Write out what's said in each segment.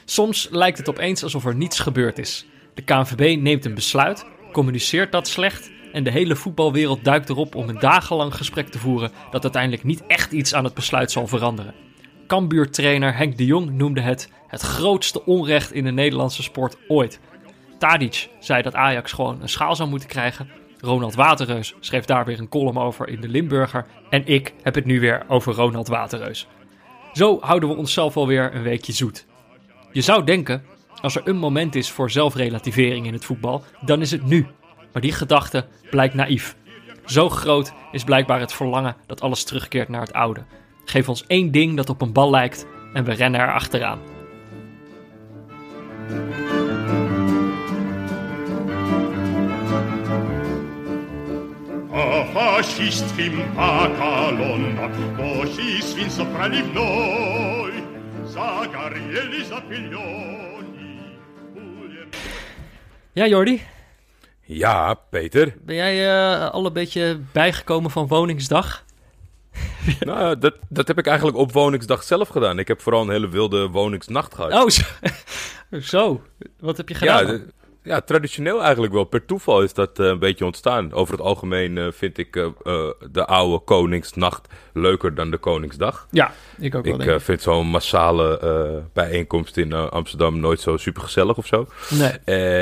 Soms lijkt het opeens alsof er niets gebeurd is. De KNVB neemt een besluit, communiceert dat slecht en de hele voetbalwereld duikt erop om een dagenlang gesprek te voeren dat uiteindelijk niet echt iets aan het besluit zal veranderen. Cambuur-trainer Henk de Jong noemde het grootste onrecht in de Nederlandse sport ooit. Tadic zei dat Ajax gewoon een schaal zou moeten krijgen. Ronald Waterreus schreef daar weer een column over in de Limburger. En ik heb het nu weer over Ronald Waterreus. Zo houden we onszelf alweer een weekje zoet. Je zou denken, als er een moment is voor zelfrelativering in het voetbal, dan is het nu. Maar die gedachte blijkt naïef. Zo groot is blijkbaar het verlangen dat alles terugkeert naar het oude. Geef ons één ding dat op een bal lijkt en we rennen er achteraan. Fascistkim pakalona, bosi svin soprali vnoj, zagarieli zapiljoni. Ja, Jordi? Ja, Peter. Ben jij al een beetje bijgekomen van Woningsdag? Nou, dat heb ik eigenlijk op Woningsdag zelf gedaan. Ik heb vooral een hele wilde Woningsnacht gehad. Oh, zo. Wat heb je gedaan? Ja, traditioneel eigenlijk wel. Per toeval is dat een beetje ontstaan. Over het algemeen vind ik de oude Koningsnacht leuker dan de Koningsdag. Ja, ik ook wel. Ik vind zo'n massale bijeenkomst in Amsterdam nooit zo supergezellig of zo. Nee.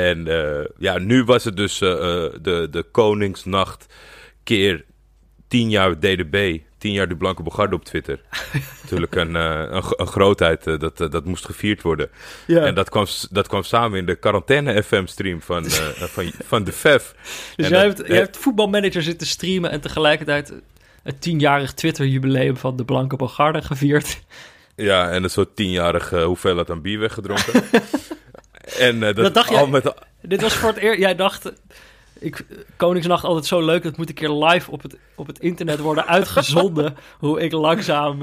En nu was het dus de Koningsnacht keer 10 jaar DDB. 10 jaar de Blanke Bogarde op Twitter. Natuurlijk een grootheid, dat moest gevierd worden. Ja. En dat kwam samen in de Quarantaine FM-stream van de VEF. Dus jij hebt voetbalmanager zitten streamen en tegelijkertijd het 10-jarig Twitter-jubileum van de Blanke Bogarde gevierd. Ja, en een soort 10-jarige hoeveelheid aan bier weggedronken. En dat dacht jij, dit was voor het eerst, jij dacht... Koningsnacht altijd zo leuk, dat moet een keer live op het internet worden uitgezonden. Hoe ik langzaam...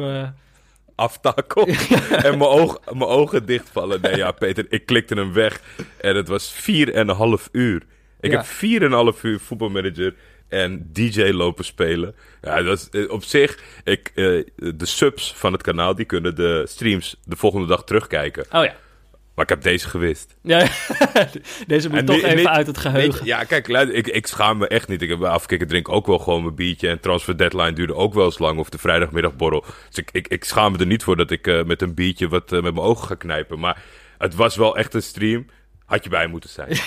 aftakel en mijn ogen dichtvallen. Nee, ja, Peter, ik klikte hem weg. En het was 4,5 uur. Ik heb 4,5 uur voetbalmanager en DJ lopen spelen. Ja, dat is op zich... de subs van het kanaal, die kunnen de streams de volgende dag terugkijken. Oh ja. Maar ik heb deze gewist. Ja, deze moet toch even uit het geheugen. Ja, kijk, ik schaam me echt niet. Ik heb bij afkikken drink ook wel gewoon mijn biertje. En transfer deadline duurde ook wel eens lang. Of de vrijdagmiddagborrel. Dus ik schaam me er niet voor dat ik met een biertje wat met mijn ogen ga knijpen. Maar het was wel echt een stream. Had je bij moeten zijn.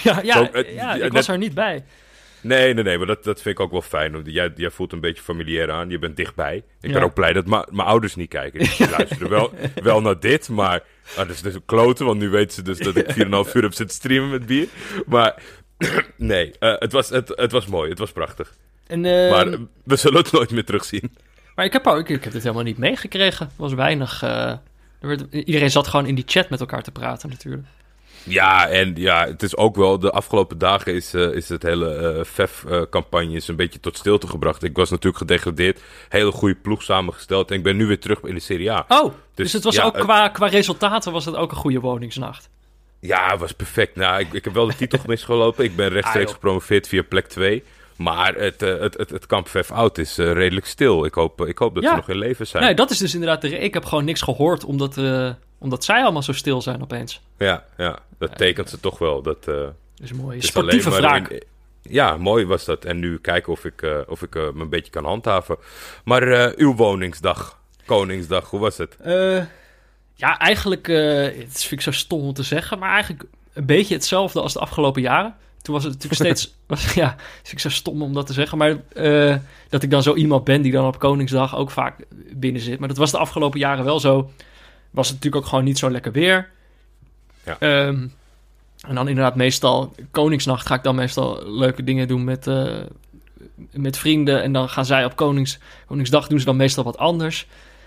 Ik was er niet bij. Nee, maar dat vind ik ook wel fijn. Want jij voelt een beetje familiair aan. Je bent dichtbij. Ik ben ook blij dat mijn ouders niet kijken. Die luisteren wel naar dit, maar... dat is dus een kloten, want nu weten ze dus dat ik 4,5 uur heb zitten streamen met bier. Maar nee, het was mooi. Het was prachtig. Maar we zullen het nooit meer terugzien. Maar ik heb dit helemaal niet meegekregen. Er was weinig... iedereen zat gewoon in die chat met elkaar te praten natuurlijk. Ja, en het is ook wel... De afgelopen dagen is het hele VEF-campagne een beetje tot stilte gebracht. Ik was natuurlijk gedegradeerd. Hele goede ploeg samengesteld. En ik ben nu weer terug in de Serie A. Oh, dus het was ook qua resultaten was het ook een goede Woningsnacht. Ja, het was perfect. Nou, ik heb wel de titel misgelopen. Ik ben rechtstreeks gepromoveerd via plek 2. Maar het kamp VEF Oud is redelijk stil. Ik hoop dat ze nog in leven zijn. Nee, dat is dus inderdaad... Ik heb gewoon niks gehoord omdat zij allemaal zo stil zijn opeens. Ja, dat tekent ze toch wel. Dat is mooi. Sportieve wraak. Ja, mooi was dat. En nu kijken of ik me een beetje kan handhaven. Maar uw Woningsdag, Koningsdag, hoe was het? Ja, eigenlijk... het vind ik zo stom om te zeggen, maar eigenlijk een beetje hetzelfde als de afgelopen jaren. Toen was het natuurlijk steeds... vind ik zo stom om dat te zeggen. Maar dat ik dan zo iemand ben die dan op Koningsdag ook vaak binnen zit. Maar dat was de afgelopen jaren wel zo. Was het natuurlijk ook gewoon niet zo lekker weer. Ja. En dan inderdaad meestal... Koningsnacht ga ik dan meestal leuke dingen doen met vrienden. En dan gaan zij op Koningsdag doen ze dan meestal wat anders.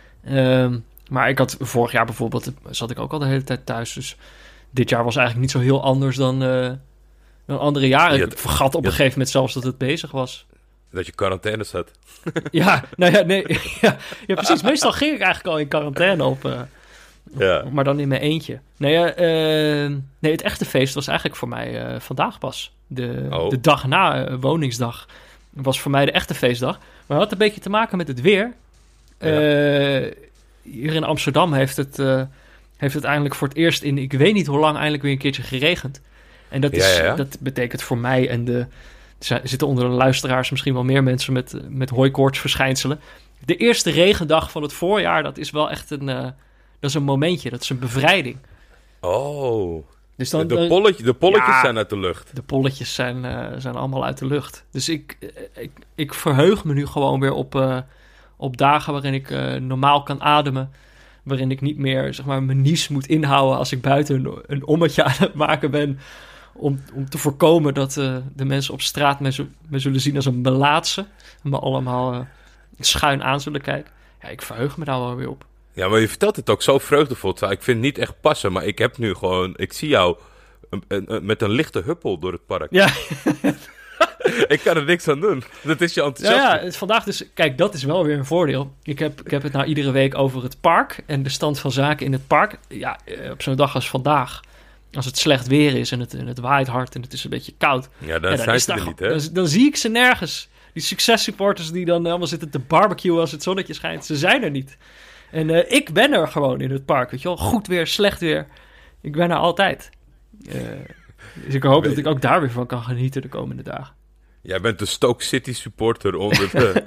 Maar ik had vorig jaar bijvoorbeeld... zat ik ook al de hele tijd thuis. Dus dit jaar was eigenlijk niet zo heel anders dan andere jaren. Ik vergat op een gegeven moment zelfs dat het bezig was. Dat je quarantaine zat. Ja, nou ja, nee. Ja, precies. Meestal ging ik eigenlijk al in quarantaine maar dan in mijn eentje. Nee, het echte feest was eigenlijk voor mij vandaag pas. De dag na Woningsdag was voor mij de echte feestdag. Maar het had een beetje te maken met het weer. Hier in Amsterdam heeft heeft het eindelijk voor het eerst in ik weet niet hoe lang eindelijk weer een keertje geregend. En dat betekent voor mij en er zitten onder de luisteraars misschien wel meer mensen met hooikoortsverschijnselen. De eerste regendag van het voorjaar, dat is wel echt dat is een momentje, dat is een bevrijding. Oh, dus dan, de polletjes zijn uit de lucht. De polletjes zijn allemaal uit de lucht. Dus ik verheug me nu gewoon weer op dagen waarin ik normaal kan ademen. Waarin ik niet meer zeg maar, mijn nies moet inhouden als ik buiten een ommetje aan het maken ben. Om te voorkomen dat de mensen op straat me zullen zien als een melaatse. En me allemaal schuin aan zullen kijken. Ja, ik verheug me daar wel weer op. Ja, maar je vertelt het ook zo vreugdevol. Ik vind het niet echt passen, maar ik heb nu gewoon... Ik zie jou met een lichte huppel door het park. Ja. Ik kan er niks aan doen. Dat is je enthousiasme. Ja, vandaag dus... Kijk, dat is wel weer een voordeel. Ik heb het nou iedere week over het park en de stand van zaken in het park. Ja, op zo'n dag als vandaag, als het slecht weer is en het waait hard en het is een beetje koud. Ja, dan zijn ze er niet, hè? Dan zie ik ze nergens. Die successupporters die dan allemaal zitten te barbecuen als het zonnetje schijnt. Ze zijn er niet. En ik ben er gewoon in het park, weet je wel. Goed weer, slecht weer. Ik ben er altijd. Dus ik hoop dat ik ook daar weer van kan genieten de komende dagen. Jij bent de Stoke City supporter onder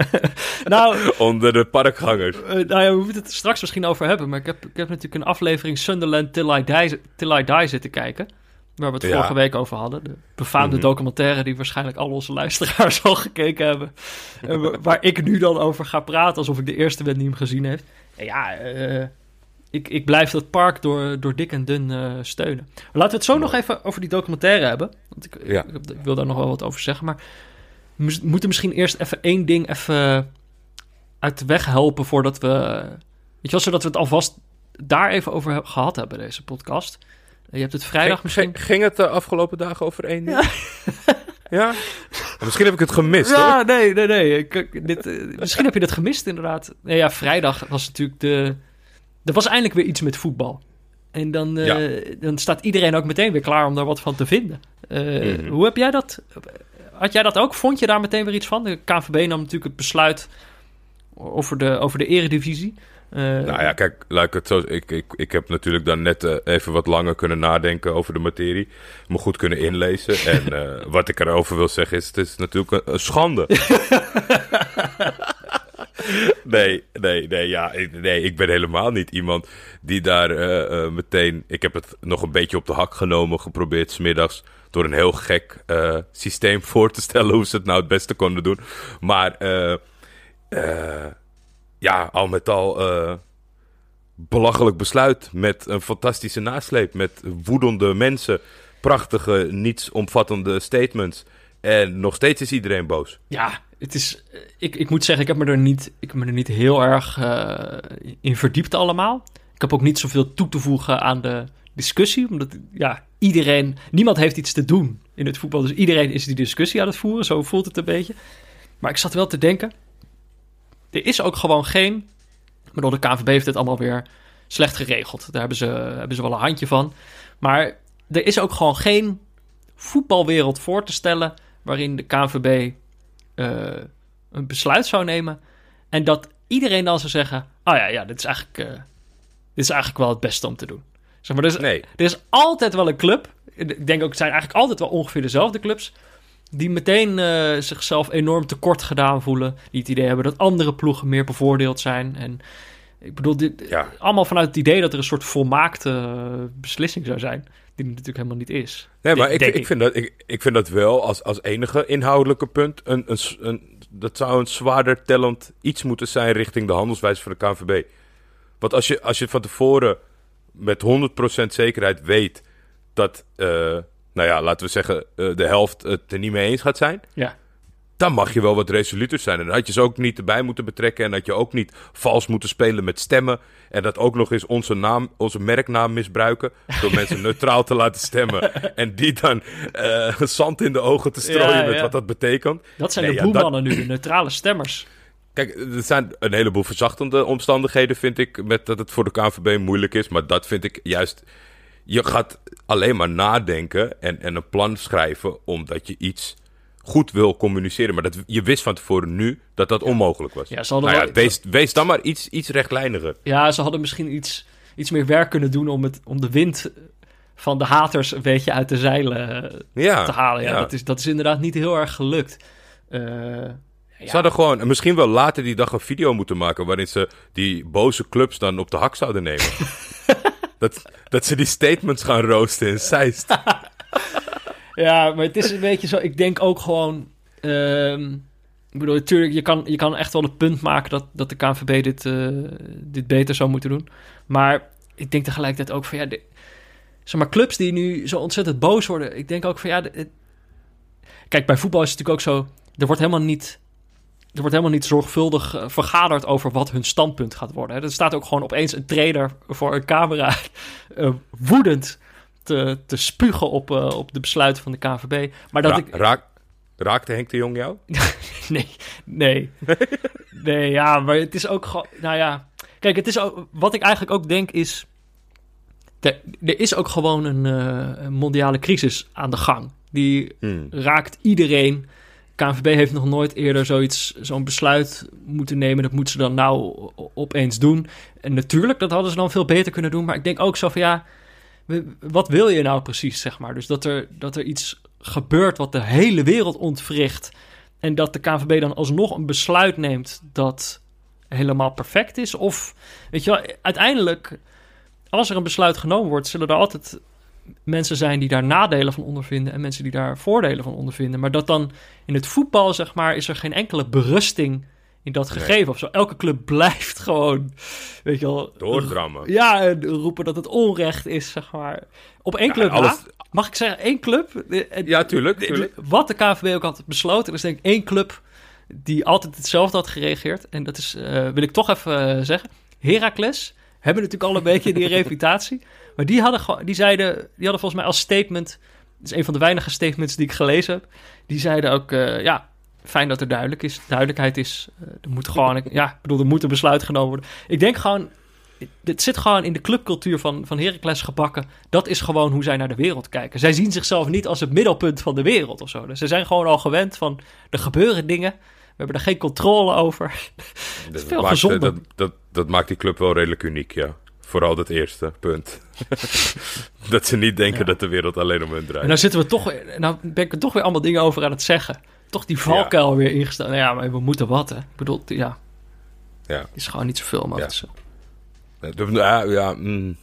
de parkgangers. We moeten het er straks misschien over hebben. Maar ik heb natuurlijk een aflevering Sunderland Till I Die zitten kijken. Waar we het vorige week over hadden. De befaamde documentaire die waarschijnlijk al onze luisteraars al gekeken hebben. Waar ik nu dan over ga praten alsof ik de eerste ben die hem gezien heeft. En ja, ik blijf dat park door dik en dun steunen. Maar laten we het zo nog even over die documentaire hebben. Want ik wil daar nog wel wat over zeggen. Maar we moeten misschien eerst even één ding uit de weg helpen voordat we... Weet je wel, zodat we het alvast daar even over gehad hebben, deze podcast. Je hebt het vrijdag misschien... Ging het de afgelopen dagen over één ding? Ja? Misschien heb ik het gemist, ja, hoor. Nee. Misschien heb je het gemist, inderdaad. Nee, ja, vrijdag was natuurlijk er was eindelijk weer iets met voetbal. En dan staat iedereen ook meteen weer klaar om daar wat van te vinden. Hoe heb jij dat? Had jij dat ook? Vond je daar meteen weer iets van? De KNVB nam natuurlijk het besluit over de eredivisie. Nou ja, kijk, laat ik het zo... Ik heb natuurlijk dan net even wat langer kunnen nadenken over de materie. Me goed kunnen inlezen. En wat ik erover wil zeggen is... Het is natuurlijk een schande. Nee, ik ben helemaal niet iemand die daar meteen... Ik heb het nog een beetje op de hak genomen, geprobeerd 's middags door een heel gek systeem voor te stellen hoe ze het nou het beste konden doen. Maar al met al belachelijk besluit met een fantastische nasleep, met woedende mensen, prachtige, nietsomvattende statements. En nog steeds is iedereen boos. Ja, het is... Ik moet zeggen, ik heb me er niet heel erg in verdiept allemaal. Ik heb ook niet zoveel toe te voegen aan de discussie, omdat niemand heeft iets te doen in het voetbal. Dus iedereen is die discussie aan het voeren, zo voelt het een beetje. Maar ik zat wel te denken, er is ook gewoon geen... Maar de KNVB heeft het allemaal weer slecht geregeld. Daar hebben ze wel een handje van. Maar er is ook gewoon geen voetbalwereld voor te stellen waarin de KNVB een besluit zou nemen en dat iedereen dan zou zeggen, dit is eigenlijk wel het beste om te doen. Zeg maar, er is altijd wel een club, ik denk ook het zijn eigenlijk altijd wel ongeveer dezelfde clubs, die meteen zichzelf enorm tekort gedaan voelen, die het idee hebben dat andere ploegen meer bevoordeeld zijn. En ik bedoel, allemaal vanuit het idee dat er een soort volmaakte beslissing zou zijn, die natuurlijk helemaal niet is. Nee, maar ik vind dat wel als enige inhoudelijke punt dat zou een zwaarder tellend iets moeten zijn richting de handelswijze van de KNVB. Want als je van tevoren met 100% zekerheid weet dat, laten we zeggen, de helft het er niet mee eens gaat zijn, dan mag je wel wat resoluter zijn. En dan had je ze ook niet erbij moeten betrekken en had je ook niet vals moeten spelen met stemmen en dat ook nog eens onze merknaam misbruiken door mensen neutraal te laten stemmen en die dan zand in de ogen te strooien met wat dat betekent. Dat zijn de boemannen nu, de neutrale stemmers. Kijk, er zijn een heleboel verzachtende omstandigheden, vind ik, met dat het voor de KNVB moeilijk is. Maar dat vind ik juist... Je gaat alleen maar nadenken en een plan schrijven omdat je iets goed wil communiceren. Maar je wist van tevoren nu dat onmogelijk was. Ja, wees dan maar iets rechtlijniger. Ja, ze hadden misschien iets meer werk kunnen doen om de wind van de haters een beetje uit de zeilen te halen. Ja, dat is inderdaad niet heel erg gelukt. Ze hadden gewoon misschien wel later die dag een video moeten maken waarin ze die boze clubs dan op de hak zouden nemen. dat ze die statements gaan roosten in Zeist. Ja, maar het is een beetje zo. Ik denk ook gewoon... ik bedoel, natuurlijk, je kan echt wel het punt maken dat de KNVB dit beter zou moeten doen. Maar ik denk tegelijkertijd ook van zeg maar, clubs die nu zo ontzettend boos worden. Ik denk ook van kijk, bij voetbal is het natuurlijk ook zo. Er wordt helemaal niet zorgvuldig vergaderd over wat hun standpunt gaat worden. Er staat ook gewoon opeens een trainer voor een camera woedend te spugen op de besluiten van de KNVB. Maar dat Raakte Henk de Jong jou? Nee, ja, maar het is ook gewoon... Nou ja, kijk, het is ook, wat ik eigenlijk ook denk is... Er is ook gewoon een mondiale crisis aan de gang. Die raakt iedereen. KNVB heeft nog nooit eerder zo'n besluit moeten nemen. Dat moeten ze dan nou opeens doen. En natuurlijk, dat hadden ze dan veel beter kunnen doen. Maar ik denk ook zo van wat wil je nou precies, zeg maar? Dus dat er iets gebeurt wat de hele wereld ontwricht. En dat de KNVB dan alsnog een besluit neemt dat helemaal perfect is. Of, weet je wel, uiteindelijk, als er een besluit genomen wordt, zullen er altijd mensen zijn die daar nadelen van ondervinden en mensen die daar voordelen van ondervinden. Maar dat dan in het voetbal, zeg maar, is er geen enkele berusting in dat gegeven of zo. Elke club blijft gewoon, weet je wel... doordrammen. Ja, en roepen dat het onrecht is, zeg maar. Op één club mag ik zeggen, één club? Ja, tuurlijk. Wat de KNVB ook had besloten, er is denk ik één club die altijd hetzelfde had gereageerd. En dat is, wil ik toch even zeggen, Heracles hebben natuurlijk al een beetje die reputatie. Maar die hadden volgens mij als statement, dat is een van de weinige statements die ik gelezen heb, die zeiden ook, fijn dat er duidelijkheid is. Er moet een besluit genomen worden. Ik denk gewoon, het zit gewoon in de clubcultuur van Heracles gebakken. Dat is gewoon hoe zij naar de wereld kijken. Zij zien zichzelf niet als het middelpunt van de wereld of zo. Dus ze zijn gewoon al gewend van, er gebeuren dingen. We hebben er geen controle over. Dat is veel gezonder. Dat maakt die club wel redelijk uniek, ja. Vooral dat eerste punt. Dat ze niet denken dat de wereld alleen om hun draait. En nou ben ik er toch weer allemaal dingen over aan het zeggen. Toch die valkuil weer ingesteld. Nou ja, maar we moeten wat, hè. Ik bedoel, het is gewoon niet zoveel om over te zeggen.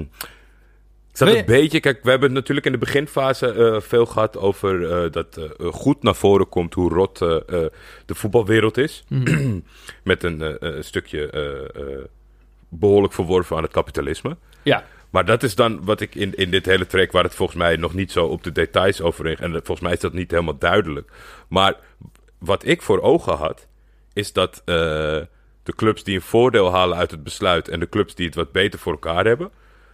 Is dat een beetje... Kijk, we hebben het natuurlijk in de beginfase veel gehad over dat goed naar voren komt hoe rot de voetbalwereld is. Met een stukje behoorlijk verworven aan het kapitalisme. Ja. Maar dat is dan wat ik in dit hele track, waar het volgens mij nog niet zo op de details over ging. En volgens mij is dat niet helemaal duidelijk. Maar wat ik voor ogen had, is dat de clubs die een voordeel halen uit het besluit en de clubs die het wat beter voor elkaar hebben,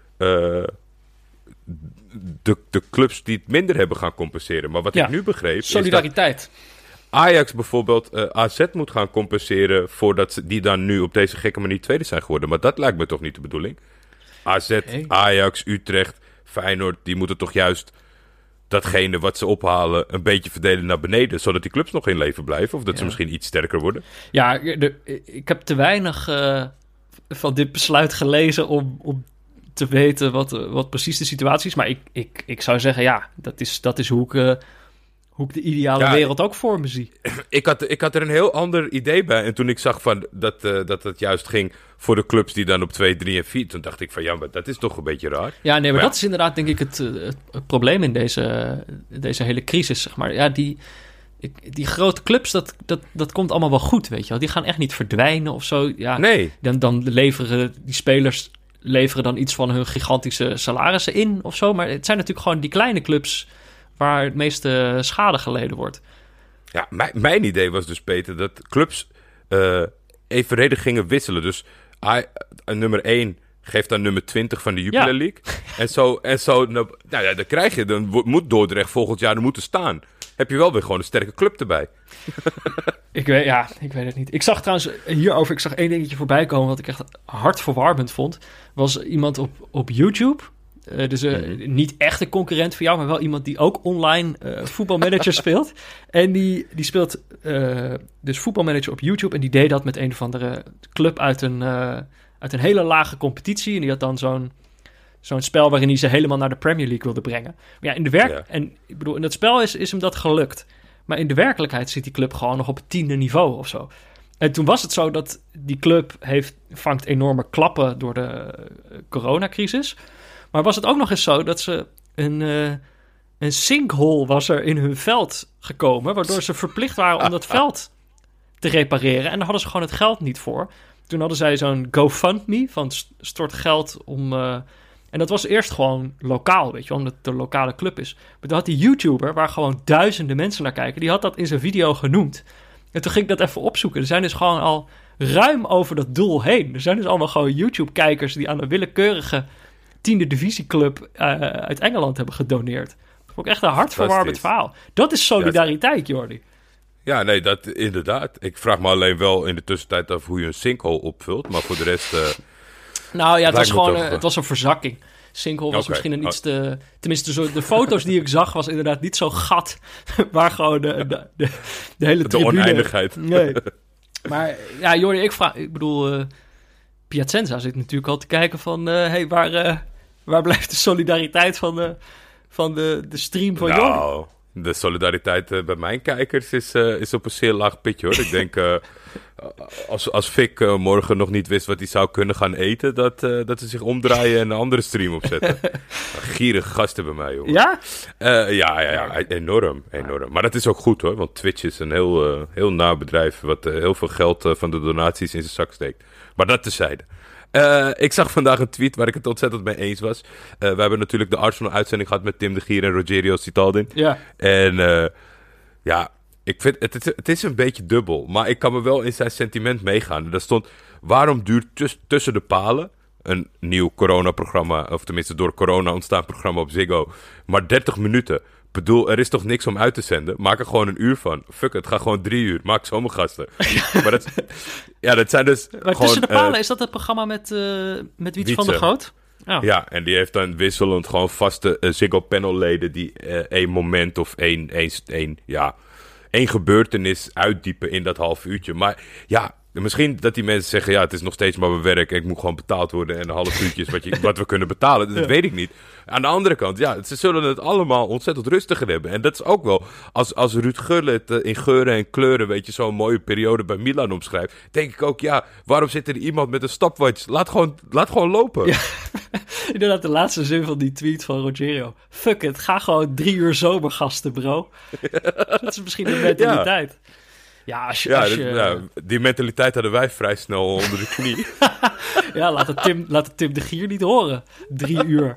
de clubs die het minder hebben gaan compenseren. Maar wat ik nu begreep, solidariteit. Is dat Ajax bijvoorbeeld AZ moet gaan compenseren voordat die dan nu op deze gekke manier tweede zijn geworden. Maar dat lijkt me toch niet de bedoeling. AZ, Ajax, Utrecht, Feyenoord, die moeten toch juist datgene wat ze ophalen een beetje verdelen naar beneden, zodat die clubs nog in leven blijven of dat ze misschien iets sterker worden. Ja, ik heb te weinig van dit besluit gelezen om te weten wat precies de situatie is. Maar ik zou zeggen, dat is hoe ik de ideale wereld ook voor me zie. Ik had er een heel ander idee bij. En toen ik zag van dat het juist ging voor de clubs die dan op 2, 3 en 4... toen dacht ik van, maar dat is toch een beetje raar. Ja, nee, maar dat is inderdaad denk ik het probleem in deze hele crisis, zeg maar. Ja, die grote clubs, dat komt allemaal wel goed, weet je wel. Die gaan echt niet verdwijnen of zo. Ja, nee. Dan leveren die spelers dan iets van hun gigantische salarissen in of zo. Maar het zijn natuurlijk gewoon die kleine clubs waar het meeste schade geleden wordt. Ja, mijn idee was dus, Peter, dat clubs evenredig gingen wisselen. Dus nummer 1 geeft aan nummer 20 van de Jupiler League. En zo dan krijg je, dan moet Dordrecht volgend jaar er moeten staan. Heb je wel weer gewoon een sterke club erbij. Ik weet het niet. Ik zag trouwens hierover, één dingetje voorbij komen wat ik echt hartverwarmend vond. Was iemand op YouTube. Niet echt een concurrent voor jou, maar wel iemand die ook online voetbalmanager speelt. En die speelt dus voetbalmanager op YouTube. En die deed dat met een of andere club uit uit een hele lage competitie. En die had dan zo'n spel waarin hij ze helemaal naar de Premier League wilde brengen. Maar ja, en ik bedoel, in dat spel is hem dat gelukt. Maar in de werkelijkheid zit die club gewoon nog op het 10e niveau of zo. En toen was het zo dat die club vangt enorme klappen door de coronacrisis. Maar was het ook nog eens zo dat ze een sinkhole was er in hun veld gekomen, waardoor ze verplicht waren om dat veld te repareren. En daar hadden ze gewoon het geld niet voor. Toen hadden zij zo'n GoFundMe van stort geld om... en dat was eerst gewoon lokaal, weet je wel, omdat het de lokale club is. Maar toen had die YouTuber, waar gewoon duizenden mensen naar kijken, die had dat in zijn video genoemd. En toen ging ik dat even opzoeken. Er zijn dus gewoon al ruim over dat doel heen. Er zijn dus allemaal gewoon YouTube-kijkers die aan een willekeurige 10e divisieclub uit Engeland hebben gedoneerd. Dat vond ik echt een hartverwarmend verhaal. Dat is solidariteit, Jordi. Ja, nee, dat inderdaad. Ik vraag me alleen wel in de tussentijd af hoe je een sinkhole opvult. Maar voor de rest... nou ja, het was een verzakking. Sinkhole was misschien een iets te... Tenminste, de foto's die ik zag was inderdaad niet zo'n gat... waar gewoon de hele tribune... De oneindigheid. Nee. Maar ja, Jordi, ik bedoel... Piacenza zit natuurlijk al te kijken van... waar blijft de solidariteit van de stream van Jordi? De solidariteit bij mijn kijkers is op een zeer laag pitje, hoor. Ik denk, als Fik morgen nog niet wist wat hij zou kunnen gaan eten... dat ze zich omdraaien en een andere stream opzetten. Gierige gasten bij mij, jongen. Ja? Ja, enorm. Maar dat is ook goed, hoor. Want Twitch is een heel na bedrijf... wat heel veel geld van de donaties in zijn zak steekt. Maar dat tezijde. Ik zag vandaag een tweet waar ik het ontzettend mee eens was. We hebben natuurlijk de Arsenal-uitzending gehad met Tim de Gier en Rogerio Citaldin. Ja. En ik vind het is een beetje dubbel. Maar ik kan me wel in zijn sentiment meegaan. Er stond, waarom duurt tussen de palen een nieuw coronaprogramma... of tenminste door corona ontstaan programma op Ziggo... maar 30 minuten... Ik bedoel, er is toch niks om uit te zenden? Maak er gewoon een uur van. Fuck het, ga gewoon 3 uur. Maak zomergasten. Maar dat zijn dus maar gewoon... Tussen de palen, is dat het programma met Wietse van der Groot? Oh. Ja, en die heeft dan wisselend gewoon vaste Ziggo panelleden... die één moment of één gebeurtenis uitdiepen in dat half uurtje. Maar ja... Misschien dat die mensen zeggen, ja, het is nog steeds maar mijn werk... ik moet gewoon betaald worden en een half uurtje is wat we kunnen betalen. Dat weet ik niet. Aan de andere kant, ja, ze zullen het allemaal ontzettend rustiger hebben. En dat is ook wel, als Ruud Gullit in geuren en kleuren... weet je, zo'n mooie periode bij Milan omschrijft... denk ik ook, ja, waarom zit er iemand met een stopwatch? Laat gewoon lopen. Ja. Inderdaad, de laatste zin van die tweet van Rogerio. Fuck it, ga gewoon 3 uur zomergasten, bro. Dat is misschien de mentaliteit. Ja. Ja, als je... die mentaliteit hadden wij vrij snel onder de knie. Ja, laat het Tim de Gier niet horen. 3 uur.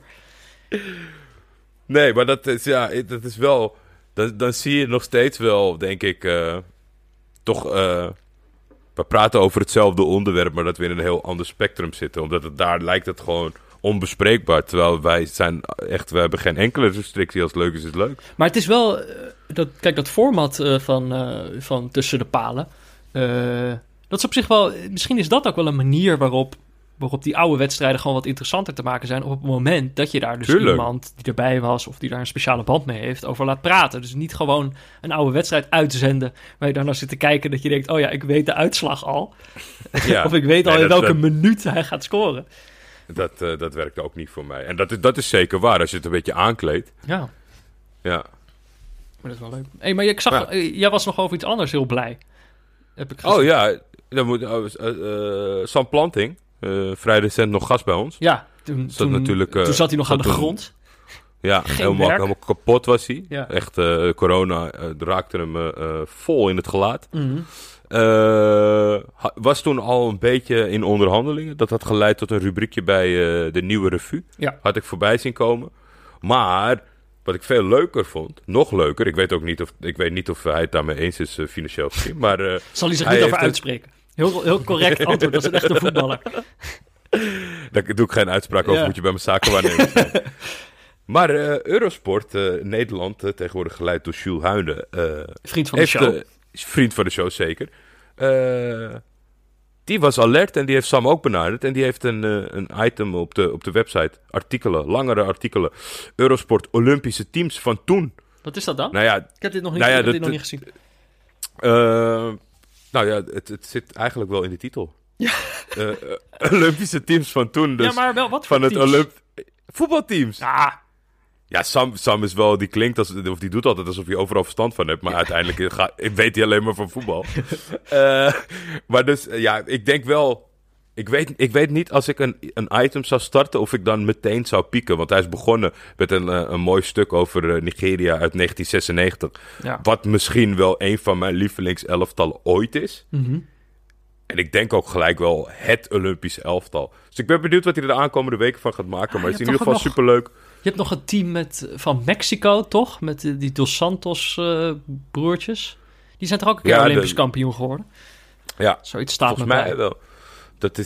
Nee, maar dat is wel... Dan zie je nog steeds wel, denk ik... toch... we praten over hetzelfde onderwerp... maar dat we in een heel ander spectrum zitten. Omdat daar lijkt het gewoon onbespreekbaar. Terwijl we hebben geen enkele restrictie. Als leuk is leuk. Maar het is wel... dat format van Tussen de Palen... dat is op zich wel... Misschien is dat ook wel een manier waarop die oude wedstrijden gewoon wat interessanter te maken zijn... op het moment dat je daar dus iemand die erbij was... of die daar een speciale band mee heeft, over laat praten. Dus niet gewoon een oude wedstrijd uitzenden... waar je daar naar zit te kijken dat je denkt... oh ja, ik weet de uitslag al. Ja. Of ik weet al in welke minuut hij gaat scoren. Dat werkt ook niet voor mij. En dat is zeker waar, als je het een beetje aankleedt. Ja. Ja. Maar dat is wel leuk. Hey, maar ik zag, jij was nog over iets anders heel blij. Heb ik gezien. Oh ja, Sam Planting, vrij recent nog gast bij ons. Ja, toen zat hij nog aan de grond. Ja, helemaal kapot was hij. Ja. Echt, corona raakte hem vol in het gelaat. Mm-hmm. Was toen al een beetje in onderhandelingen. Dat had geleid tot een rubriekje bij de Nieuwe Revue. Ja. Had ik voorbij zien komen. Maar wat ik veel leuker vond, nog leuker... Ik weet niet of hij het daarmee eens is financieel gezien. Maar, zal hij zich niet over uitspreken? Heel correct antwoord, dat is een echte voetballer. Daar doe ik geen uitspraak over, moet je bij mijn zakenwaarnemer zijn. Maar Eurosport, Nederland, tegenwoordig geleid door Jules Huijne... vriend van de show. Vriend van de show, zeker. Die was alert en die heeft Sam ook benaderd. En die heeft een item op de website. Langere artikelen. Eurosport Olympische teams van toen. Wat is dat dan? Nou ja, ik heb dit nog niet gezien. Het zit eigenlijk wel in de titel. Ja. Olympische teams van toen. Dus Ja, maar wel wat voor van teams? het voetbalteams. Ja, Ja, Sam is wel, die klinkt of die doet altijd alsof je overal verstand van hebt. Maar uiteindelijk weet hij alleen maar van voetbal. Maar dus, ik denk wel... Ik weet niet als ik een item zou starten of ik dan meteen zou pieken. Want hij is begonnen met een mooi stuk over Nigeria uit 1996. ja. Wat misschien wel een van mijn lievelingselftallen ooit is. Mhm. En ik denk ook gelijk wel het Olympisch elftal. Dus ik ben benieuwd wat hij er de aankomende weken van gaat maken. Maar het is in je ieder hebt geval toch superleuk. Je hebt nog een team van Mexico, toch? Met die Dos Santos broertjes. Die zijn toch ook een keer Olympisch kampioen geworden? Ja, Zoiets staat volgens me mij bij. wel. Dat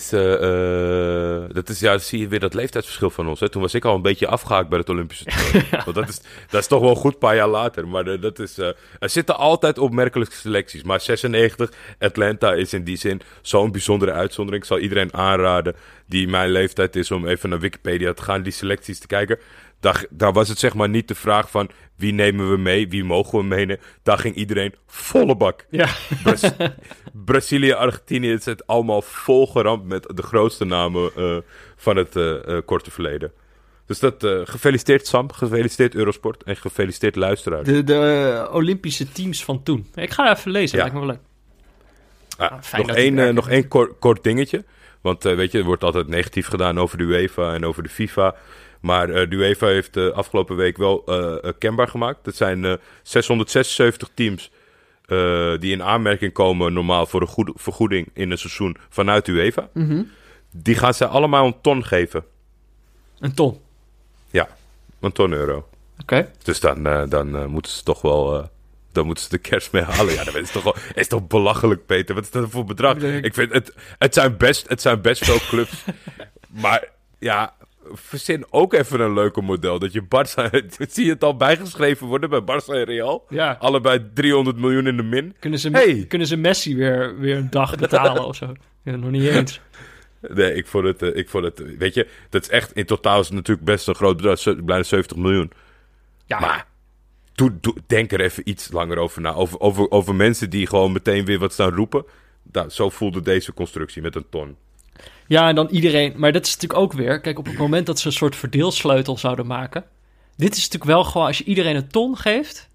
is, zie je weer dat leeftijdsverschil van ons. Hè? Toen was ik al een beetje afgehaakt bij het Olympische toernooi. Want dat is toch wel goed een paar jaar later. Maar er zitten altijd opmerkelijke selecties. Maar 96, Atlanta is in die zin zo'n bijzondere uitzondering. Ik zal iedereen aanraden die mijn leeftijd is om even naar Wikipedia te gaan, die selecties te kijken. Daar was het zeg maar niet de vraag van wie nemen we mee, wie mogen we meenemen. Daar ging iedereen volle bak. Ja. Brazilië, Argentinië, het zit allemaal volgeramd met de grootste namen van het korte verleden. Dus gefeliciteerd Sam, gefeliciteerd Eurosport en gefeliciteerd luisteraars. De Olympische teams van toen. Ik ga even lezen, Ja. lijkt me wel leuk. Fijn Nog dat die werken. één kort dingetje. Want weet je, er wordt altijd negatief gedaan over de UEFA en over de FIFA. Maar de UEFA heeft afgelopen week wel kenbaar gemaakt. Dat zijn 676 teams die in aanmerking komen normaal voor een vergoeding in een seizoen vanuit de UEFA. Mhm. Die gaan zij allemaal een ton geven. Een ton. Ja, een ton euro. Oké. Dus dan moeten ze toch wel... dan moeten ze de kerst mee halen. Ja, dat is toch belachelijk, Peter. Wat is dat voor bedrag? Ik vind het zijn best veel clubs. Maar ja, verzin ook even een leuke model. Dat je Barça... zie je het al bijgeschreven worden bij Barça en Real? Ja. Allebei 300 miljoen in de min. Kunnen ze Messi weer een dag betalen of zo? Ja, nog niet eens. Nee, ik vond het... Weet je, dat is echt... In totaal is het natuurlijk best een groot bedrag. Bijna 70 miljoen. Ja, Maar... Denk er even iets langer over na. Over mensen die gewoon meteen weer wat staan roepen. Zo voelde deze constructie met een ton. Ja, en dan iedereen... Maar dat is natuurlijk ook weer... Kijk, op het moment dat ze een soort verdeelsleutel zouden maken... Dit is natuurlijk wel gewoon... Als je iedereen een ton geeft...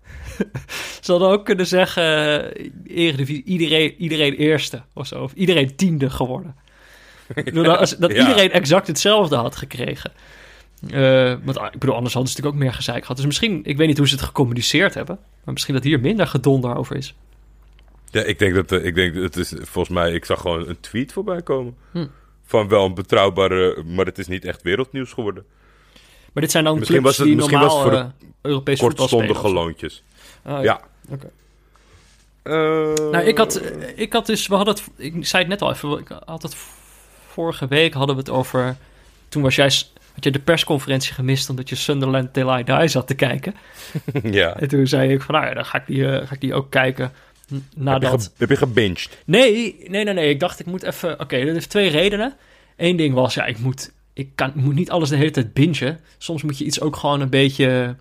ze hadden ook kunnen zeggen... Eredivisie, iedereen eerste of zo. Of iedereen tiende geworden. Dat Ja. iedereen exact hetzelfde had gekregen. Want ik bedoel, anders hadden ze natuurlijk ook meer gezeik gehad. Dus misschien... Ik weet niet hoe ze het gecommuniceerd hebben. Maar misschien dat hier minder gedonder over is. Ja, ik denk dat het is... Volgens mij, ik zag gewoon een tweet voorbij komen. Van wel een betrouwbare... Maar het is niet echt wereldnieuws geworden. Maar dit zijn dan Misschien clubs was het- die misschien normaal was het voor Europees voetbal spelen. Kortstondige loontjes. Ja. Oké. Nou, Ik had dus... Ik zei het net al even. Ik had het vorige week hadden we het over... Toen had je de persconferentie gemist... omdat je Sunderland Till I Die zat te kijken. Ja. En toen zei ik van... Nou ja, dan ga ik die ook kijken... Nadat... Heb je gebinged? Nee. Ik dacht, ik moet even... Oké, dat heeft 2 redenen. Eén ding was, ik moet niet alles de hele tijd bingen. Soms moet je iets ook gewoon een beetje...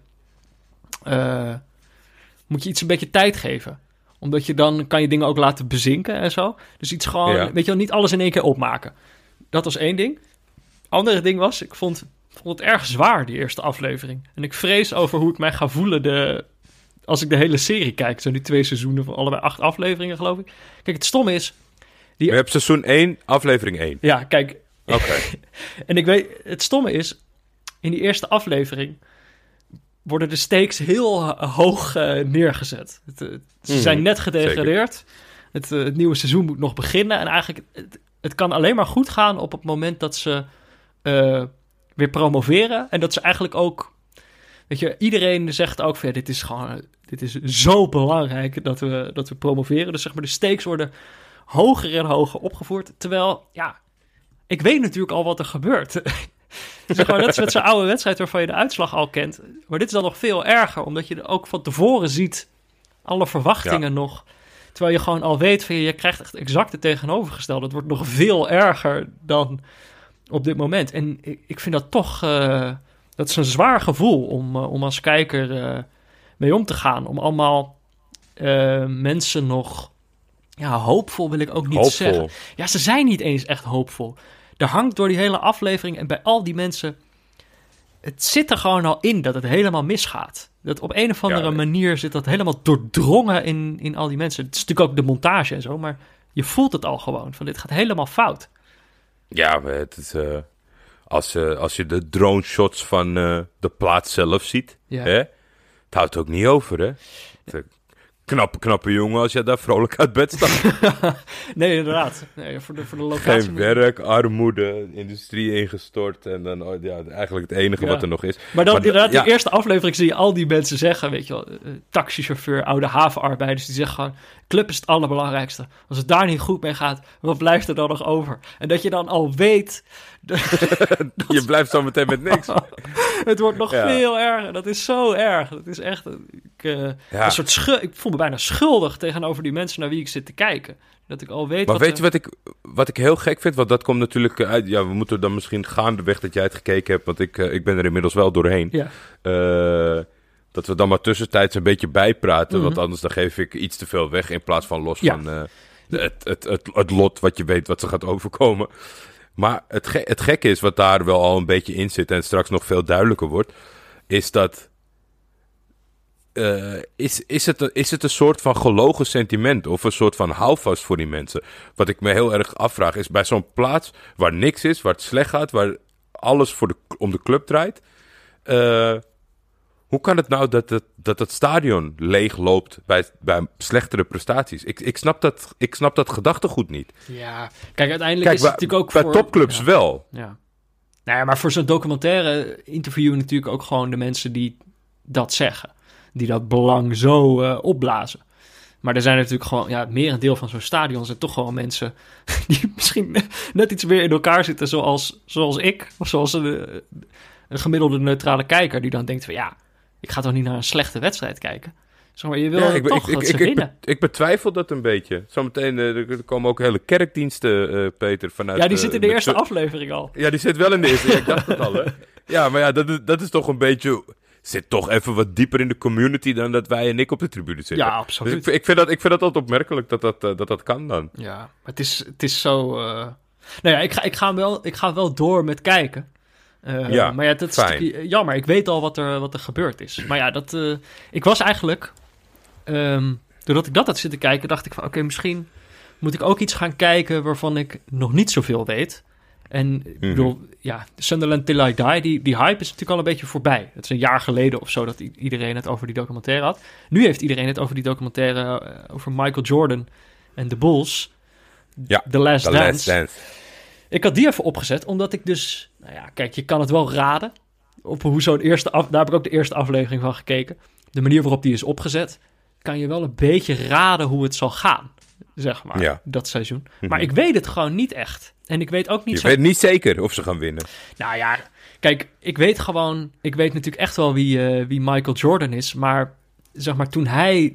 moet je iets een beetje tijd geven. Omdat je dan kan je dingen ook laten bezinken en zo. Dus iets gewoon, Ja. weet je wel, niet alles in één keer opmaken. Dat was 1 ding. Andere ding was, ik vond het erg zwaar, die eerste aflevering. En ik vrees over hoe ik mij ga voelen als ik de hele serie kijk. Zo die 2 seizoenen van allebei 8 afleveringen, geloof ik. Kijk, het stomme is... Je hebt seizoen 1, aflevering 1. Ja, kijk... Oké. En ik weet, het stomme is, in die eerste aflevering worden de stakes heel hoog neergezet. Ze zijn net gedegradeerd. Het nieuwe seizoen moet nog beginnen. En eigenlijk, het kan alleen maar goed gaan op het moment dat ze weer promoveren. En dat ze eigenlijk ook, weet je, iedereen zegt ook van, dit is zo belangrijk dat we promoveren. Dus zeg maar, de stakes worden hoger en hoger opgevoerd. Terwijl, ja, ik weet natuurlijk al wat er gebeurt. Zeg maar, dat is met zo'n oude wedstrijd waarvan je de uitslag al kent. Maar dit is dan nog veel erger, omdat je er ook van tevoren ziet alle verwachtingen nog. Terwijl je gewoon al weet van je krijgt echt exact het tegenovergestelde. Het wordt nog veel erger dan op dit moment. En ik vind dat toch, dat is een zwaar gevoel om als kijker mee om te gaan. Om allemaal mensen nog Ja, hoopvol wil ik ook niet Hoopvol. zeggen. Ja, ze zijn niet eens echt hoopvol. Er hangt door die hele aflevering en bij al die mensen... Het zit er gewoon al in dat het helemaal misgaat. Dat op een of andere manier zit dat helemaal doordrongen in al die mensen. Het is natuurlijk ook de montage en zo, maar je voelt het al gewoon. Van dit gaat helemaal fout. Ja, maar het is, als je de drone shots van de plaats zelf ziet, Ja. hè, het houdt ook niet over, hè. Knappe jongen als je daar vrolijk uit bed staat. Nee, inderdaad. Nee, voor de locatie. Geen werk, armoede, industrie ingestort en dan eigenlijk het enige wat er nog is. Maar dan inderdaad, ja. die eerste aflevering zie je al die mensen zeggen, weet je wel, taxichauffeur, oude havenarbeiders, die zeggen gewoon, club is het allerbelangrijkste. Als het daar niet goed mee gaat, wat blijft er dan nog over? En dat je dan al weet... Je blijft zo meteen met niks. Het wordt nog veel erger. Dat is zo erg. Dat is echt... een soort ik voel me bijna schuldig tegenover die mensen naar wie ik zit te kijken. Dat ik al weet... Maar weet je wat ik heel gek vind? Want dat komt natuurlijk uit... Ja, we moeten dan misschien gaandeweg dat jij het gekeken hebt. Want ik ben er inmiddels wel doorheen. Ja. Dat we dan maar tussentijds een beetje bijpraten. Want anders dan geef ik iets te veel weg. In plaats van los van het lot wat je weet wat ze gaat overkomen. Maar het gekke is wat daar wel al een beetje in zit. En straks nog veel duidelijker wordt. Is dat... Is het een soort van gelogen sentiment of een soort van houvast voor die mensen? Wat ik me heel erg afvraag is bij zo'n plaats waar niks is, waar het slecht gaat, waar alles om de club draait. Hoe kan het nou dat het stadion leeg loopt bij slechtere prestaties? Ik snap dat gedachtegoed niet. Ja, kijk, uiteindelijk is het natuurlijk ook bij voor... topclubs wel. Ja. Nou ja, maar voor zo'n documentaire interviewen natuurlijk ook gewoon de mensen die dat zeggen. Die dat belang zo opblazen. Maar er zijn natuurlijk gewoon... Ja, het merendeel van zo'n stadion zijn toch gewoon mensen... die misschien net iets meer in elkaar zitten zoals ik. Of zoals een gemiddelde neutrale kijker. Die dan denkt van ja, ik ga toch niet naar een slechte wedstrijd kijken. Zeg maar, je wil toch dat ze winnen. Ik betwijfel dat een beetje. Zometeen er komen ook hele kerkdiensten, Peter, vanuit... Ja, die zit in de eerste aflevering al. Ja, die zit wel in de eerste. Ja, ik dacht het al, hè. Ja, maar ja, dat is toch een beetje... Zit toch even wat dieper in de community dan dat wij en ik op de tribune zitten. Ja, absoluut. Dus ik vind dat altijd opmerkelijk dat kan dan. Ja, maar het is zo... Nou ja, ik ga wel door met kijken. Maar ja, dat is natuurlijk jammer. Ik weet al wat er gebeurd is. Maar ja, ik was eigenlijk... doordat ik dat had zitten kijken, dacht ik van... Oké, misschien moet ik ook iets gaan kijken waarvan ik nog niet zoveel weet. En ik bedoel, ja, Sunderland Till I Die, die hype is natuurlijk al een beetje voorbij. Het is een jaar geleden of zo dat iedereen het over die documentaire had. Nu heeft iedereen het over die documentaire over Michael Jordan en de Bulls. Ja, The Last Dance. Ik had die even opgezet, omdat ik dus... Nou ja, kijk, je kan het wel raden. Op hoe zo'n daar heb ik ook de eerste aflevering van gekeken. De manier waarop die is opgezet, kan je wel een beetje raden hoe het zal gaan. Zeg maar, dat seizoen. Maar ik weet het gewoon niet echt. En ik weet ook niet Je weet niet zeker of ze gaan winnen. Nou ja, kijk, ik weet natuurlijk echt wel wie Michael Jordan is. Maar zeg maar, toen hij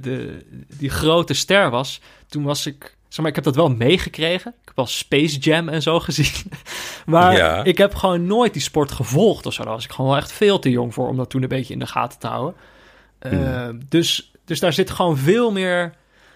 die grote ster was, toen was ik... Zeg maar, ik heb dat wel meegekregen. Ik heb wel Space Jam en zo gezien. Maar ik heb gewoon nooit die sport gevolgd of zo. Daar was ik gewoon wel echt veel te jong voor om dat toen een beetje in de gaten te houden. Dus daar zit gewoon veel meer...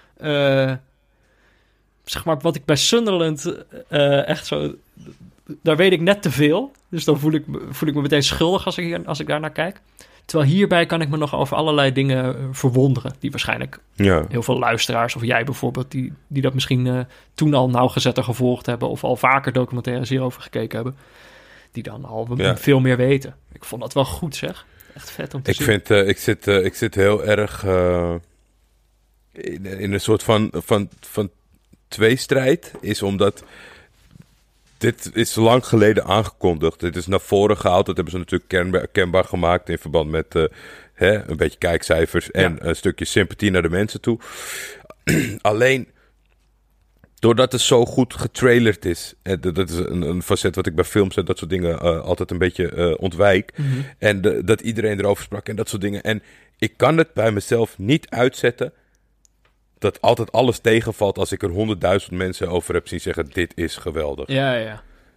zeg maar, wat ik bij Sunderland echt zo... Daar weet ik net te veel. Dus dan voel ik me meteen schuldig als ik daar naar kijk. Terwijl hierbij kan ik me nog over allerlei dingen verwonderen. Die waarschijnlijk heel veel luisteraars, of jij bijvoorbeeld... die dat misschien toen al nauwgezetter gevolgd hebben... of al vaker documentaires hierover gekeken hebben... die dan al veel meer weten. Ik vond dat wel goed, zeg. Echt vet om te zien. Ik zit heel erg in een soort van tweestrijd. Is omdat... Dit is lang geleden aangekondigd. Dit is naar voren gehaald. Dat hebben ze natuurlijk kenbaar gemaakt... in verband met een beetje kijkcijfers... en een stukje sympathie naar de mensen toe. Alleen, doordat het zo goed getrailerd is... dat is een facet wat ik bij films en dat soort dingen... altijd een beetje ontwijk. Mm-hmm. En dat iedereen erover sprak en dat soort dingen. En ik kan het bij mezelf niet uitzetten... dat altijd alles tegenvalt als ik er 100.000 mensen over heb zien zeggen... dit is geweldig. Ja.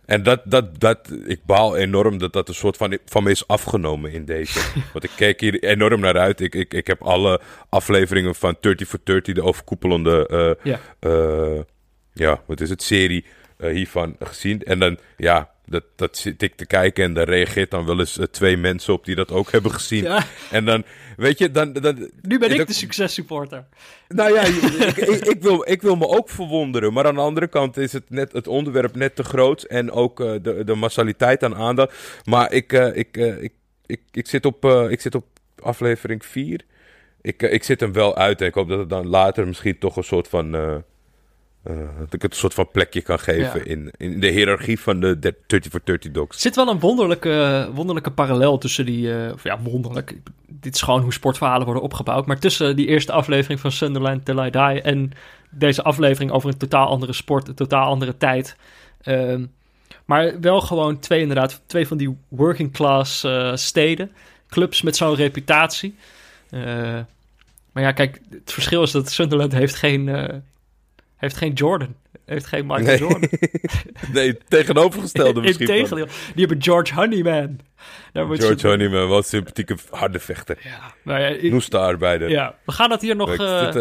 En ik baal enorm dat een soort van me is afgenomen in deze. Want ik kijk hier enorm naar uit. Ik heb alle afleveringen van 30 for 30, de overkoepelende wat is het, serie hiervan gezien. En dan, dat zit ik te kijken en dan reageert dan wel eens 2 mensen op die dat ook hebben gezien. Ja. En dan, weet je, dan nu ben ik de successupporter. Nou ja, ik wil me ook verwonderen. Maar aan de andere kant is het onderwerp net te groot. En ook de massaliteit aan aandacht. Maar ik zit op aflevering 4. Ik zit hem wel uit. En ik hoop dat het dan later misschien toch een soort van... dat ik het een soort van plekje kan geven in de hiërarchie van de 30 for 30 docs. Er zit wel een wonderlijke parallel tussen die... wonderlijk. Dit is gewoon hoe sportverhalen worden opgebouwd. Maar tussen die eerste aflevering van Sunderland Till I Die... en deze aflevering over een totaal andere sport, een totaal andere tijd. Maar wel gewoon twee van die working class steden. Clubs met zo'n reputatie. Maar ja, kijk, het verschil is dat Sunderland heeft geen Jordan. Heeft geen Michael Jordan. Nee, tegenovergestelde misschien. Integendeel. Die hebben George Honeyman. George Honeyman, wat sympathieke harde vechter. Ja, Noeste arbeider. Ja, we gaan het hier nog...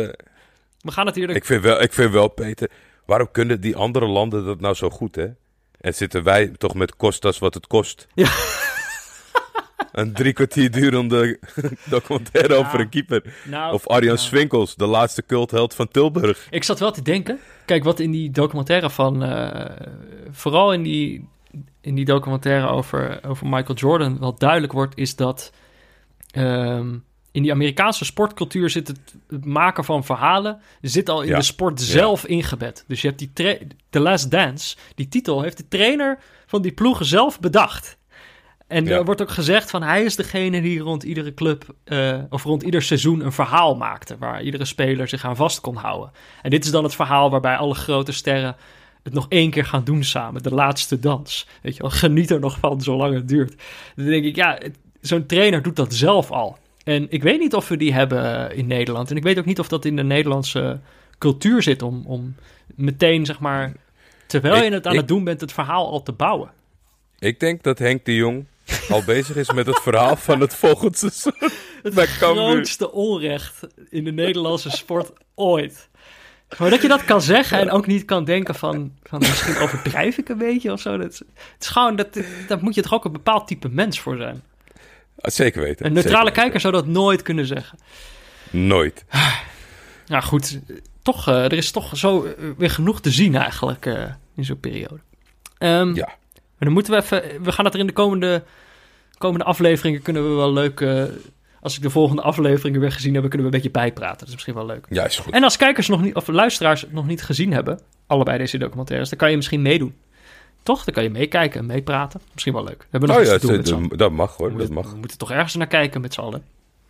Ik vind wel, Peter, waarom kunnen die andere landen dat nou zo goed, hè? En zitten wij toch met Kostas wat het kost? Ja. Een 3 kwartier durende documentaire over een keeper. Of Arjan Swinkels, de laatste cultheld van Tilburg. Ik zat wel te denken, kijk, wat in die documentaire van... vooral in die documentaire over Michael Jordan wel duidelijk wordt... is dat in die Amerikaanse sportcultuur zit het maken van verhalen... zit al in de sport zelf ingebed. Dus je hebt die The Last Dance, die titel heeft de trainer van die ploegen zelf bedacht... En er wordt ook gezegd van hij is degene die rond iedere club of rond ieder seizoen een verhaal maakte. Waar iedere speler zich aan vast kon houden. En dit is dan het verhaal waarbij alle grote sterren het nog 1 keer gaan doen samen. De laatste dans. Weet je wel, geniet er nog van zolang het duurt. Dan denk ik, zo'n trainer doet dat zelf al. En ik weet niet of we die hebben in Nederland. En ik weet ook niet of dat in de Nederlandse cultuur zit om meteen, zeg maar, terwijl je het aan het doen bent, het verhaal al te bouwen. Ik denk dat Henk de Jong al bezig is met het verhaal van het volgende seizoen. Het grootste onrecht in de Nederlandse sport ooit. Maar dat je dat kan zeggen en ook niet kan denken van misschien overdrijf ik een beetje of zo. Het is gewoon, daar moet je toch ook een bepaald type mens voor zijn. Zeker weten. Een neutrale kijker zou dat nooit kunnen zeggen. Nooit. Nou goed, toch, er is toch zo weer genoeg te zien eigenlijk in zo'n periode. Maar dan moeten we gaan het er in de komende afleveringen kunnen we wel leuk... als ik de volgende afleveringen weer gezien heb, kunnen we een beetje bijpraten. Dat is misschien wel leuk. Ja, is goed. En als kijkers of luisteraars het nog niet gezien hebben, allebei deze documentaires, dan kan je misschien meedoen. Toch? Dan kan je meekijken en meepraten. Misschien wel leuk. We hebben nog iets te doen met z'n allen. Dat mag hoor, dat mag. We moeten toch ergens naar kijken met z'n allen.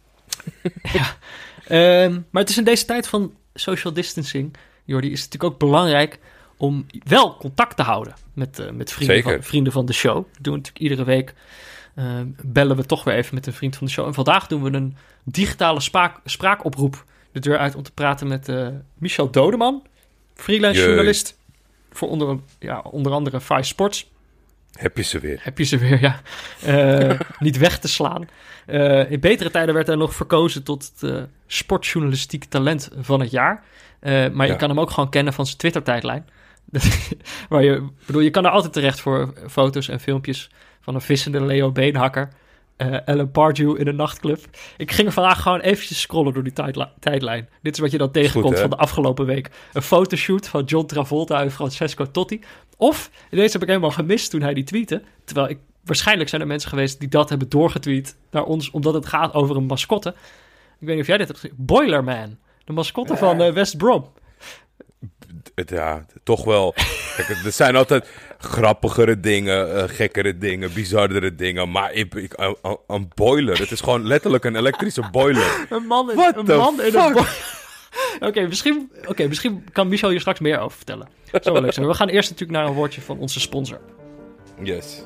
Maar het is in deze tijd van social distancing, Jordi, is het natuurlijk ook belangrijk om wel contact te houden met vrienden van de show. Dat doen we natuurlijk iedere week. Bellen we toch weer even met een vriend van de show. En vandaag doen we een digitale spraakoproep de deur uit om te praten met Michel Dodeman. Freelance journalist voor onder andere Vice Sports. Heb je ze weer, ja. Niet weg te slaan. In betere tijden werd hij nog verkozen tot het sportjournalistiek talent van het jaar. Maar je kan hem ook gewoon kennen van zijn Twitter-tijdlijn. Maar je kan er altijd terecht voor foto's en filmpjes van een vissende Leo Beenhakker. Alan Pardew in een nachtclub. Ik ging vandaag gewoon eventjes scrollen door die tijdlijn. Dit is wat je dan tegenkomt van de afgelopen week. Een fotoshoot van John Travolta en Francesco Totti. Of, deze heb ik helemaal gemist toen hij die tweette. Terwijl waarschijnlijk zijn er mensen geweest die dat hebben doorgetweet naar ons, omdat het gaat over een mascotte. Ik weet niet of jij dit hebt gezien. Boilerman, de mascotte van West Brom. Ja, toch wel. Kijk, er zijn altijd grappigere dingen, gekkere dingen, bizardere dingen. Maar een boiler, het is gewoon letterlijk een elektrische boiler. Een man in een boiler. Oké, misschien kan Michel hier straks meer over vertellen. Zou wel leuk zijn. We gaan eerst natuurlijk naar een woordje van onze sponsor. Yes.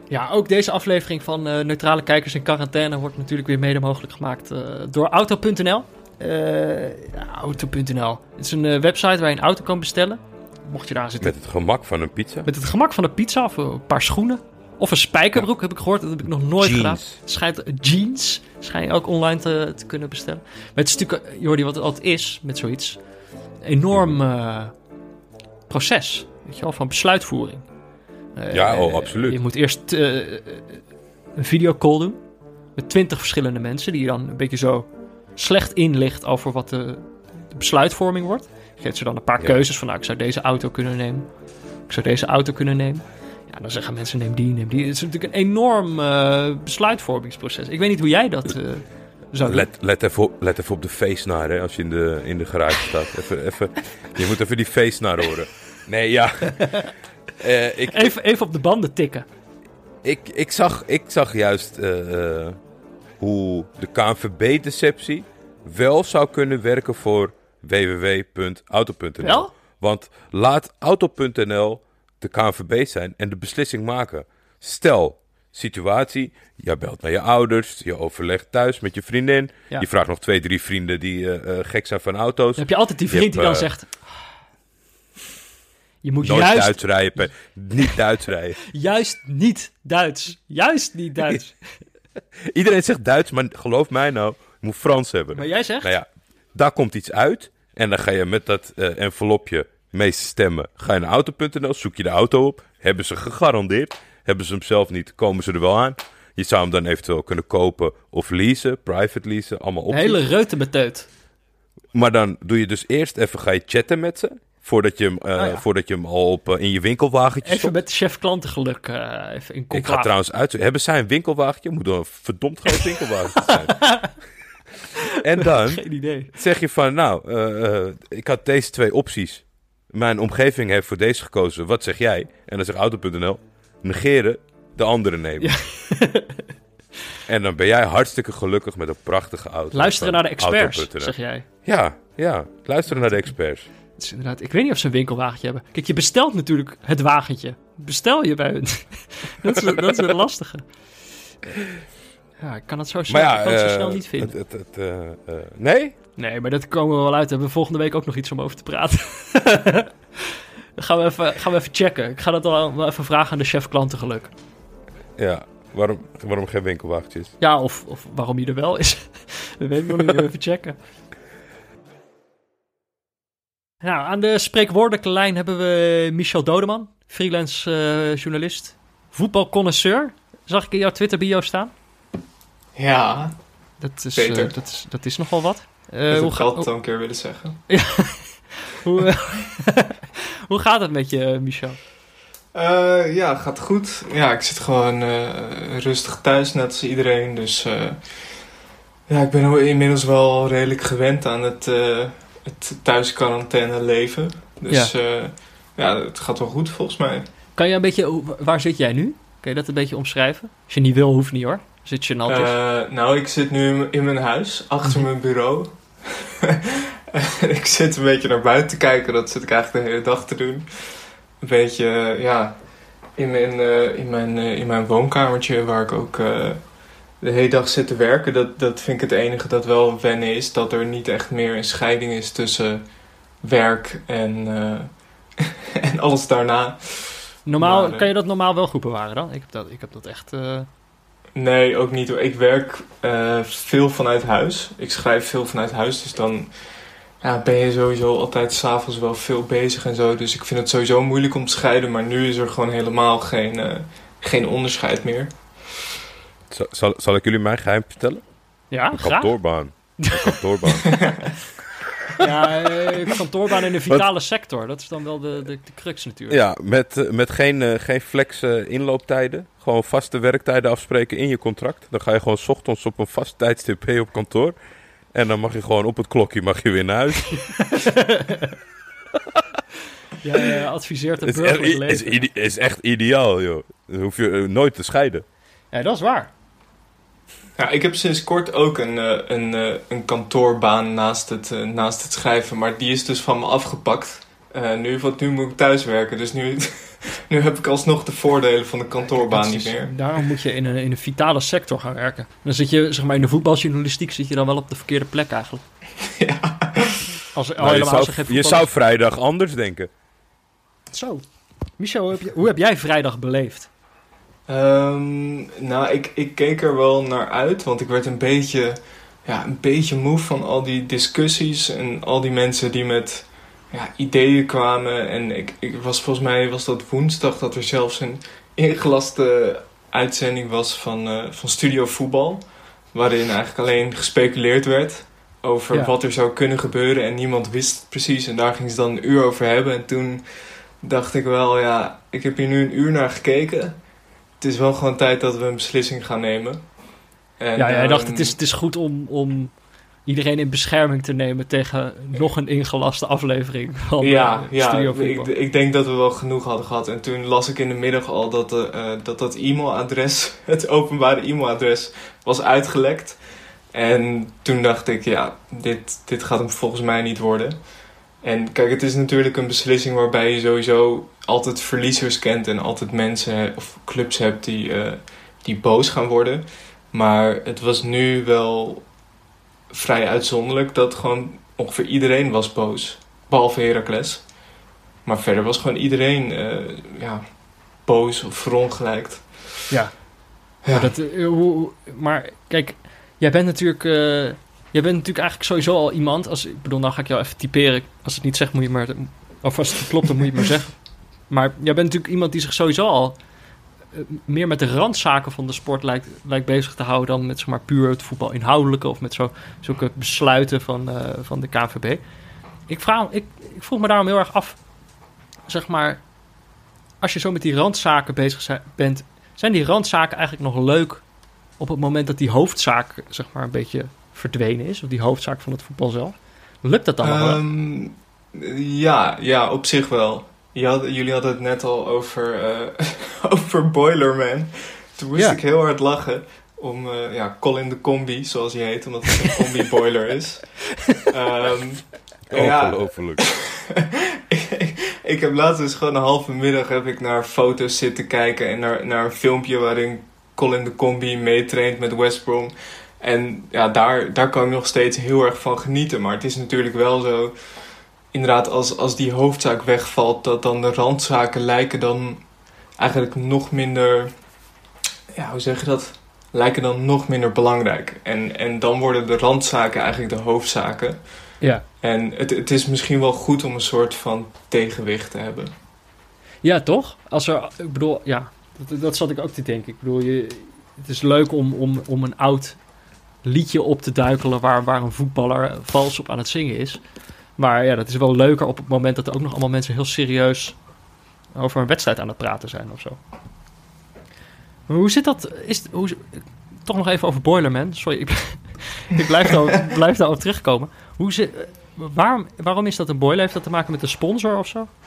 Ja, ook deze aflevering van Neutrale Kijkers in Quarantaine wordt natuurlijk weer mede mogelijk gemaakt door Auto.nl. Auto.nl. Het is een website waar je een auto kan bestellen. Mocht je daar zitten. Met het gemak van een pizza. Met het gemak van een pizza of een paar schoenen. Of een spijkerbroek, heb ik gehoord. Dat heb ik nog nooit gedaan. Jeans schijn je ook online te kunnen bestellen. Maar het is natuurlijk, Jordi, wat het altijd is met zoiets. Een enorm proces. Weet je wel, van besluitvoering. Absoluut. Je moet eerst een videocall doen. Met 20 verschillende mensen. Die je dan een beetje zo slecht inlicht over wat de besluitvorming wordt. Je geeft ze dan een paar keuzes van, ik zou deze auto kunnen nemen. Ik zou deze auto kunnen neem. Ja, dan zeggen mensen, neem die. Het is natuurlijk een enorm besluitvormingsproces. Ik weet niet hoe jij dat zou doen. Let even op de feestnaar, hè, als je in de garage staat. Even, je moet even die feestnaar horen. Nee, ja. Even op de banden tikken. Ik zag juist hoe de KNVB-deceptie wel zou kunnen werken voor www.auto.nl. Wel? Want laat Auto.nl de KNVB zijn en de beslissing maken. Stel, situatie, je belt naar je ouders, je overlegt thuis met je vriendin. Ja. Je vraagt nog 2-3 vrienden die gek zijn van auto's. Dan heb je altijd die vriend die dan zegt... Je moet nooit Duits rijden, niet Duits rijden. Juist niet Duits. Iedereen zegt Duits, maar geloof mij nou, je moet Frans hebben. Maar jij zegt? Nou ja, daar komt iets uit en dan ga je met dat envelopje, meeste stemmen, ga je naar Auto.nl, zoek je de auto op. Hebben ze gegarandeerd. Hebben ze hem zelf niet, komen ze er wel aan. Je zou hem dan eventueel kunnen kopen of leasen, private leasen, allemaal opties. Een hele reutemeteut. Maar dan doe je dus eerst even, ga je chatten met ze. Voordat je hem al op in je winkelwagentje even stopt. met de chef klantengeluk even in contact. Ik ga trouwens hebben zij een winkelwagentje? Moet er een verdomd groot winkelwagentje zijn. En dan geen idee. Zeg je van, ik had deze 2 opties. Mijn omgeving heeft voor deze gekozen. Wat zeg jij? En dan zegt Auto.nl, negeren, de andere nemen. Ja. En dan ben jij hartstikke gelukkig met een prachtige auto. Luisteren naar de experts, zeg jij. Ja, luisteren naar de experts. Het is inderdaad, ik weet niet of ze een winkelwagentje hebben. Kijk, je bestelt natuurlijk het wagentje. Bestel je bij hun. dat is het lastige. Ja, ik kan het zo snel niet vinden. Nee? Nee, maar dat komen we wel uit. Daar hebben we volgende week ook nog iets om over te praten. Dan gaan we even checken. Ik ga dat wel even vragen aan de chef klantengeluk. Ja, waarom geen winkelwagentjes? Ja, of waarom hij er wel is. Dat weet ik nog niet. Even checken. Nou, aan de spreekwoordelijke lijn hebben we Michel Dodeman, freelance journalist, voetbalconnoisseur. Zag ik in jouw Twitter-bio staan? Ja, dat is nogal wat. Dat had ik altijd al een keer willen zeggen. Ja. Hoe gaat het met je, Michel? Gaat goed. Ja, ik zit gewoon rustig thuis, net als iedereen. Dus ik ben inmiddels wel redelijk gewend aan het thuisquarantaine leven. Dus het gaat wel goed volgens mij. Kan je een beetje, waar zit jij nu? Kan je dat een beetje omschrijven? Als je niet wil, hoeft niet hoor. Zit je ik zit nu in mijn huis, achter mijn bureau. Ik zit een beetje naar buiten te kijken. Dat zit ik eigenlijk de hele dag te doen. Een beetje, in mijn woonkamertje waar ik ook de hele dag zit te werken. Dat vind ik het enige dat wel wennen is. Dat er niet echt meer een scheiding is tussen werk en alles daarna. Kan je dat normaal wel goed bewaren dan? Ik heb dat echt... Nee, ook niet hoor. Ik werk veel vanuit huis. Ik schrijf veel vanuit huis. Dus dan ben je sowieso altijd 's avonds wel veel bezig en zo. Dus ik vind het sowieso moeilijk om te scheiden. Maar nu is er gewoon helemaal geen onderscheid meer. Zal ik jullie mijn geheim vertellen? Ja, een kantoorbaan. Ja, kantoorbaan in de vitale sector. Dat is dan wel de crux natuurlijk. Ja, met geen flex inlooptijden. Gewoon vaste werktijden afspreken in je contract. Dan ga je gewoon 's ochtends op een vast tijdstip op kantoor. En dan mag je gewoon op het klokje weer naar huis. Ja, adviseert het burgerlijk leven. Is echt ideaal, joh. Dan hoef je nooit te scheiden. Ja, dat is waar. Ja, ik heb sinds kort ook een kantoorbaan naast het schrijven. Maar die is dus van me afgepakt. Nu moet ik thuis werken. Dus nu nu heb ik alsnog de voordelen van de kantoorbaan niet meer. Daarom moet je in een vitale sector gaan werken. Dan zit je, zeg maar, in de voetbaljournalistiek zit je dan wel op de verkeerde plek eigenlijk. Ja. Je zou vrijdag anders denken. Zo. Michel, hoe heb jij vrijdag beleefd? Ik keek er wel naar uit, want ik werd een beetje moe van al die discussies en al die mensen die met ideeën kwamen. En volgens mij was dat woensdag dat er zelfs een ingelaste uitzending was van Studio Voetbal, waarin eigenlijk alleen gespeculeerd werd over wat er zou kunnen gebeuren en niemand wist het precies. En daar ging ze dan een uur over hebben. En toen dacht ik wel, ik heb hier nu een uur naar gekeken. Het is wel gewoon tijd dat we een beslissing gaan nemen. En, jij dacht, het is goed om iedereen in bescherming te nemen tegen nog een ingelaste aflevering van Studio Voetbal. Ik denk dat we wel genoeg hadden gehad. En toen las ik in de middag al dat e-mailadres, het openbare e-mailadres, was uitgelekt. En toen dacht ik, dit gaat hem volgens mij niet worden. En kijk, het is natuurlijk een beslissing waarbij je sowieso altijd verliezers kent en altijd mensen of clubs hebt die boos gaan worden. Maar het was nu wel vrij uitzonderlijk dat gewoon ongeveer iedereen was boos. Behalve Heracles. Maar verder was gewoon iedereen boos of verongelijkt. Ja. Maar kijk, jij bent natuurlijk eigenlijk sowieso al iemand. Nou ga ik jou even typeren. Als het niet zegt, moet je maar. Of als het klopt, dan moet je het maar zeggen. Maar jij bent natuurlijk iemand die zich sowieso al meer met de randzaken van de sport lijkt bezig te houden dan met, zeg maar, puur het voetbal inhoudelijke of met zulke besluiten van de KNVB. Ik vroeg me daarom heel erg af, zeg maar, als je zo met die randzaken bezig bent, zijn die randzaken eigenlijk nog leuk op het moment dat die hoofdzaak, zeg maar, een beetje verdwenen is, of die hoofdzaak van het voetbal zelf? Lukt dat dan nog wel? Ja, op zich wel. Jullie hadden het net al over Boilerman. Toen moest ik heel hard lachen om Colin de Combi, zoals hij heet, omdat het een combi-boiler is. Ongelooflijk. Ik heb laatst dus gewoon een halve middag naar foto's zitten kijken en naar een filmpje waarin Colin de Combi meetraint met West Brom. En daar kan ik nog steeds heel erg van genieten. Maar het is natuurlijk wel zo, inderdaad, als die hoofdzaak wegvalt, dat dan de randzaken lijken dan eigenlijk nog minder, hoe zeg je dat? Lijken dan nog minder belangrijk. En dan worden de randzaken eigenlijk de hoofdzaken. Ja. En het is misschien wel goed om een soort van tegenwicht te hebben. Ja, toch? Ik bedoel, dat zat ik ook te denken. Ik bedoel, het is leuk om een oud liedje op te duikelen waar een voetballer vals op aan het zingen is. Maar dat is wel leuker op het moment dat er ook nog allemaal mensen heel serieus over een wedstrijd aan het praten zijn of zo. Maar hoe zit dat? Toch nog even over Boilerman. Sorry, ik blijf daarop terugkomen. Waarom is dat een boiler? Heeft dat te maken met de sponsor of zo?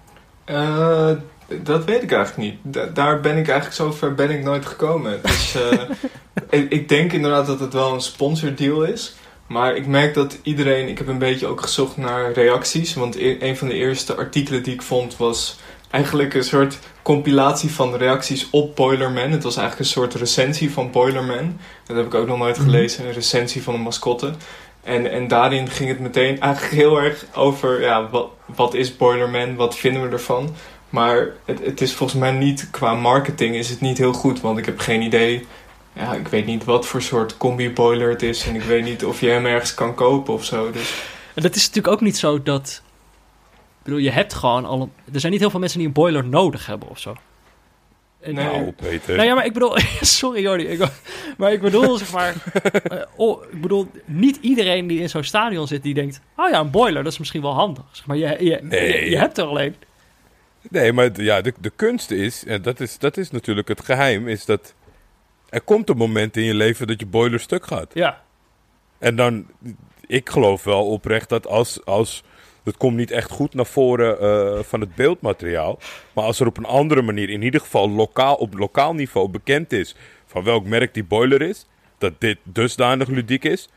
Dat weet ik eigenlijk niet. Daar ben ik eigenlijk, zover ben ik nooit gekomen. Dus ik denk inderdaad dat het wel een sponsordeal is. Maar ik merk dat iedereen... Ik heb een beetje ook gezocht naar reacties. Want een van de eerste artikelen die ik vond was eigenlijk een soort compilatie van reacties op Boilerman. Het was eigenlijk een soort recensie van Boilerman. Dat heb ik ook nog nooit gelezen. Een recensie van een mascotte. En daarin ging het meteen eigenlijk heel erg over... wat is Boilerman? Wat vinden we ervan? Maar het is volgens mij niet... Qua marketing is het niet heel goed. Want ik heb geen idee... ik weet niet wat voor soort combi-boiler het is. En ik weet niet of je hem ergens kan kopen of zo. Dus. En dat is natuurlijk ook niet zo dat... Ik bedoel, je hebt gewoon al... Er zijn niet heel veel mensen die een boiler nodig hebben of zo. Nou, Peter. Nou ja, maar ik bedoel... Sorry, Jordi. Maar ik bedoel, zeg maar... ik bedoel, niet iedereen die in zo'n stadion zit... die denkt... Oh ja, een boiler, dat is misschien wel handig. Zeg maar je hebt er alleen... Nee, maar de kunst is... En dat is natuurlijk het geheim... Is dat... Er komt een moment in je leven dat je boiler stuk gaat. Ja. En dan... Ik geloof wel oprecht dat als het komt niet echt goed naar voren van het beeldmateriaal. Maar als er op een andere manier, in ieder geval op lokaal niveau bekend is... van welk merk die boiler is... dat dit dusdanig ludiek is...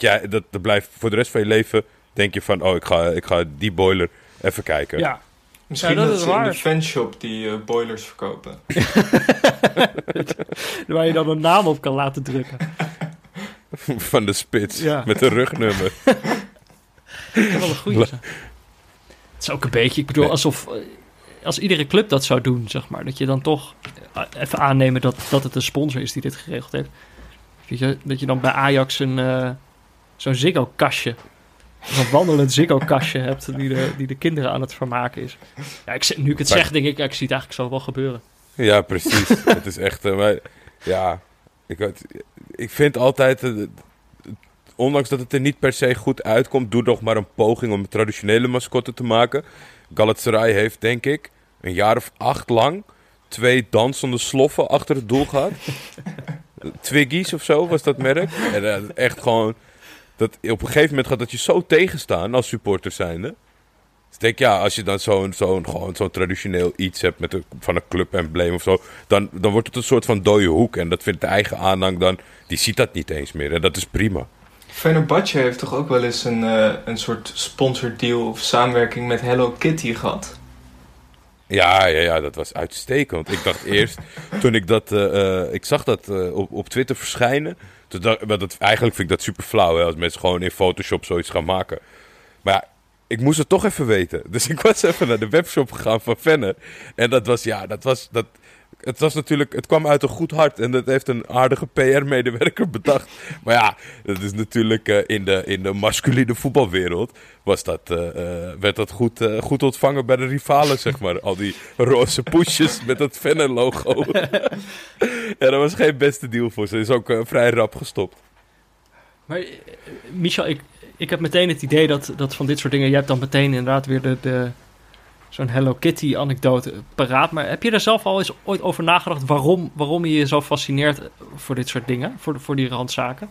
dat blijft voor de rest van je leven... denk je van, ik ga die boiler even kijken. Ja. Misschien dat dat is ze waar. in de fanshop die boilers verkopen. Waar je dan een naam op kan laten drukken. Van de spits, Ja. met een rugnummer. Dat is wel een goeie. Zeg. Het is ook een beetje, ik bedoel, alsof als iedere club dat zou doen, zeg maar, dat je dan toch even aannemen dat het een sponsor is die dit geregeld heeft. Weet je, dat je dan bij Ajax zo'n Ziggo-kastje, zo'n wandelend Ziggo-kastje hebt die de kinderen aan het vermaken is. Ja, nu ik het zeg, denk ik, ik zie het eigenlijk zo wel gebeuren. Ja, precies. Het is echt... maar, ja, ik vind altijd... ondanks dat het er niet per se goed uitkomt, doe nog maar een poging om een traditionele mascotte te maken. Galatasaray heeft, denk ik, een jaar of 8 lang 2 dansende sloffen achter het doel gehad. Twiggies of zo was dat merk. En echt gewoon... dat op een gegeven moment gaat dat je zo tegenstaan als supporter zijnde. Dus ik denk, ja, als je dan zo'n traditioneel iets hebt van een club-embleem of zo, dan wordt het een soort van dode hoek. En dat vindt de eigen aanhang dan, die ziet dat niet eens meer. En dat is prima. Fenerbahce heeft toch ook wel eens een soort sponsordeal of samenwerking met Hello Kitty gehad? Ja, dat was uitstekend. Ik dacht eerst, toen ik dat... ik zag dat op Twitter verschijnen. Eigenlijk vind ik dat super flauw, hè, als mensen gewoon in Photoshop zoiets gaan maken. Maar ja, ik moest het toch even weten. Dus ik was even naar de webshop gegaan van Fenne. En het was natuurlijk... Het kwam uit een goed hart. En dat heeft een aardige PR-medewerker bedacht. Maar ja, dat is natuurlijk in de masculine voetbalwereld... werd dat goed ontvangen bij de rivalen, zeg maar. Al die roze poesjes met dat Fenne-logo. Ja, dat was geen beste deal voor ze. Is ook vrij rap gestopt. Maar Michel, ik heb meteen het idee dat van dit soort dingen... Je hebt dan meteen inderdaad weer zo'n Hello Kitty anekdote paraat. Maar heb je er zelf al eens ooit over nagedacht... waarom je je zo fascineert voor dit soort dingen? Voor die randzaken?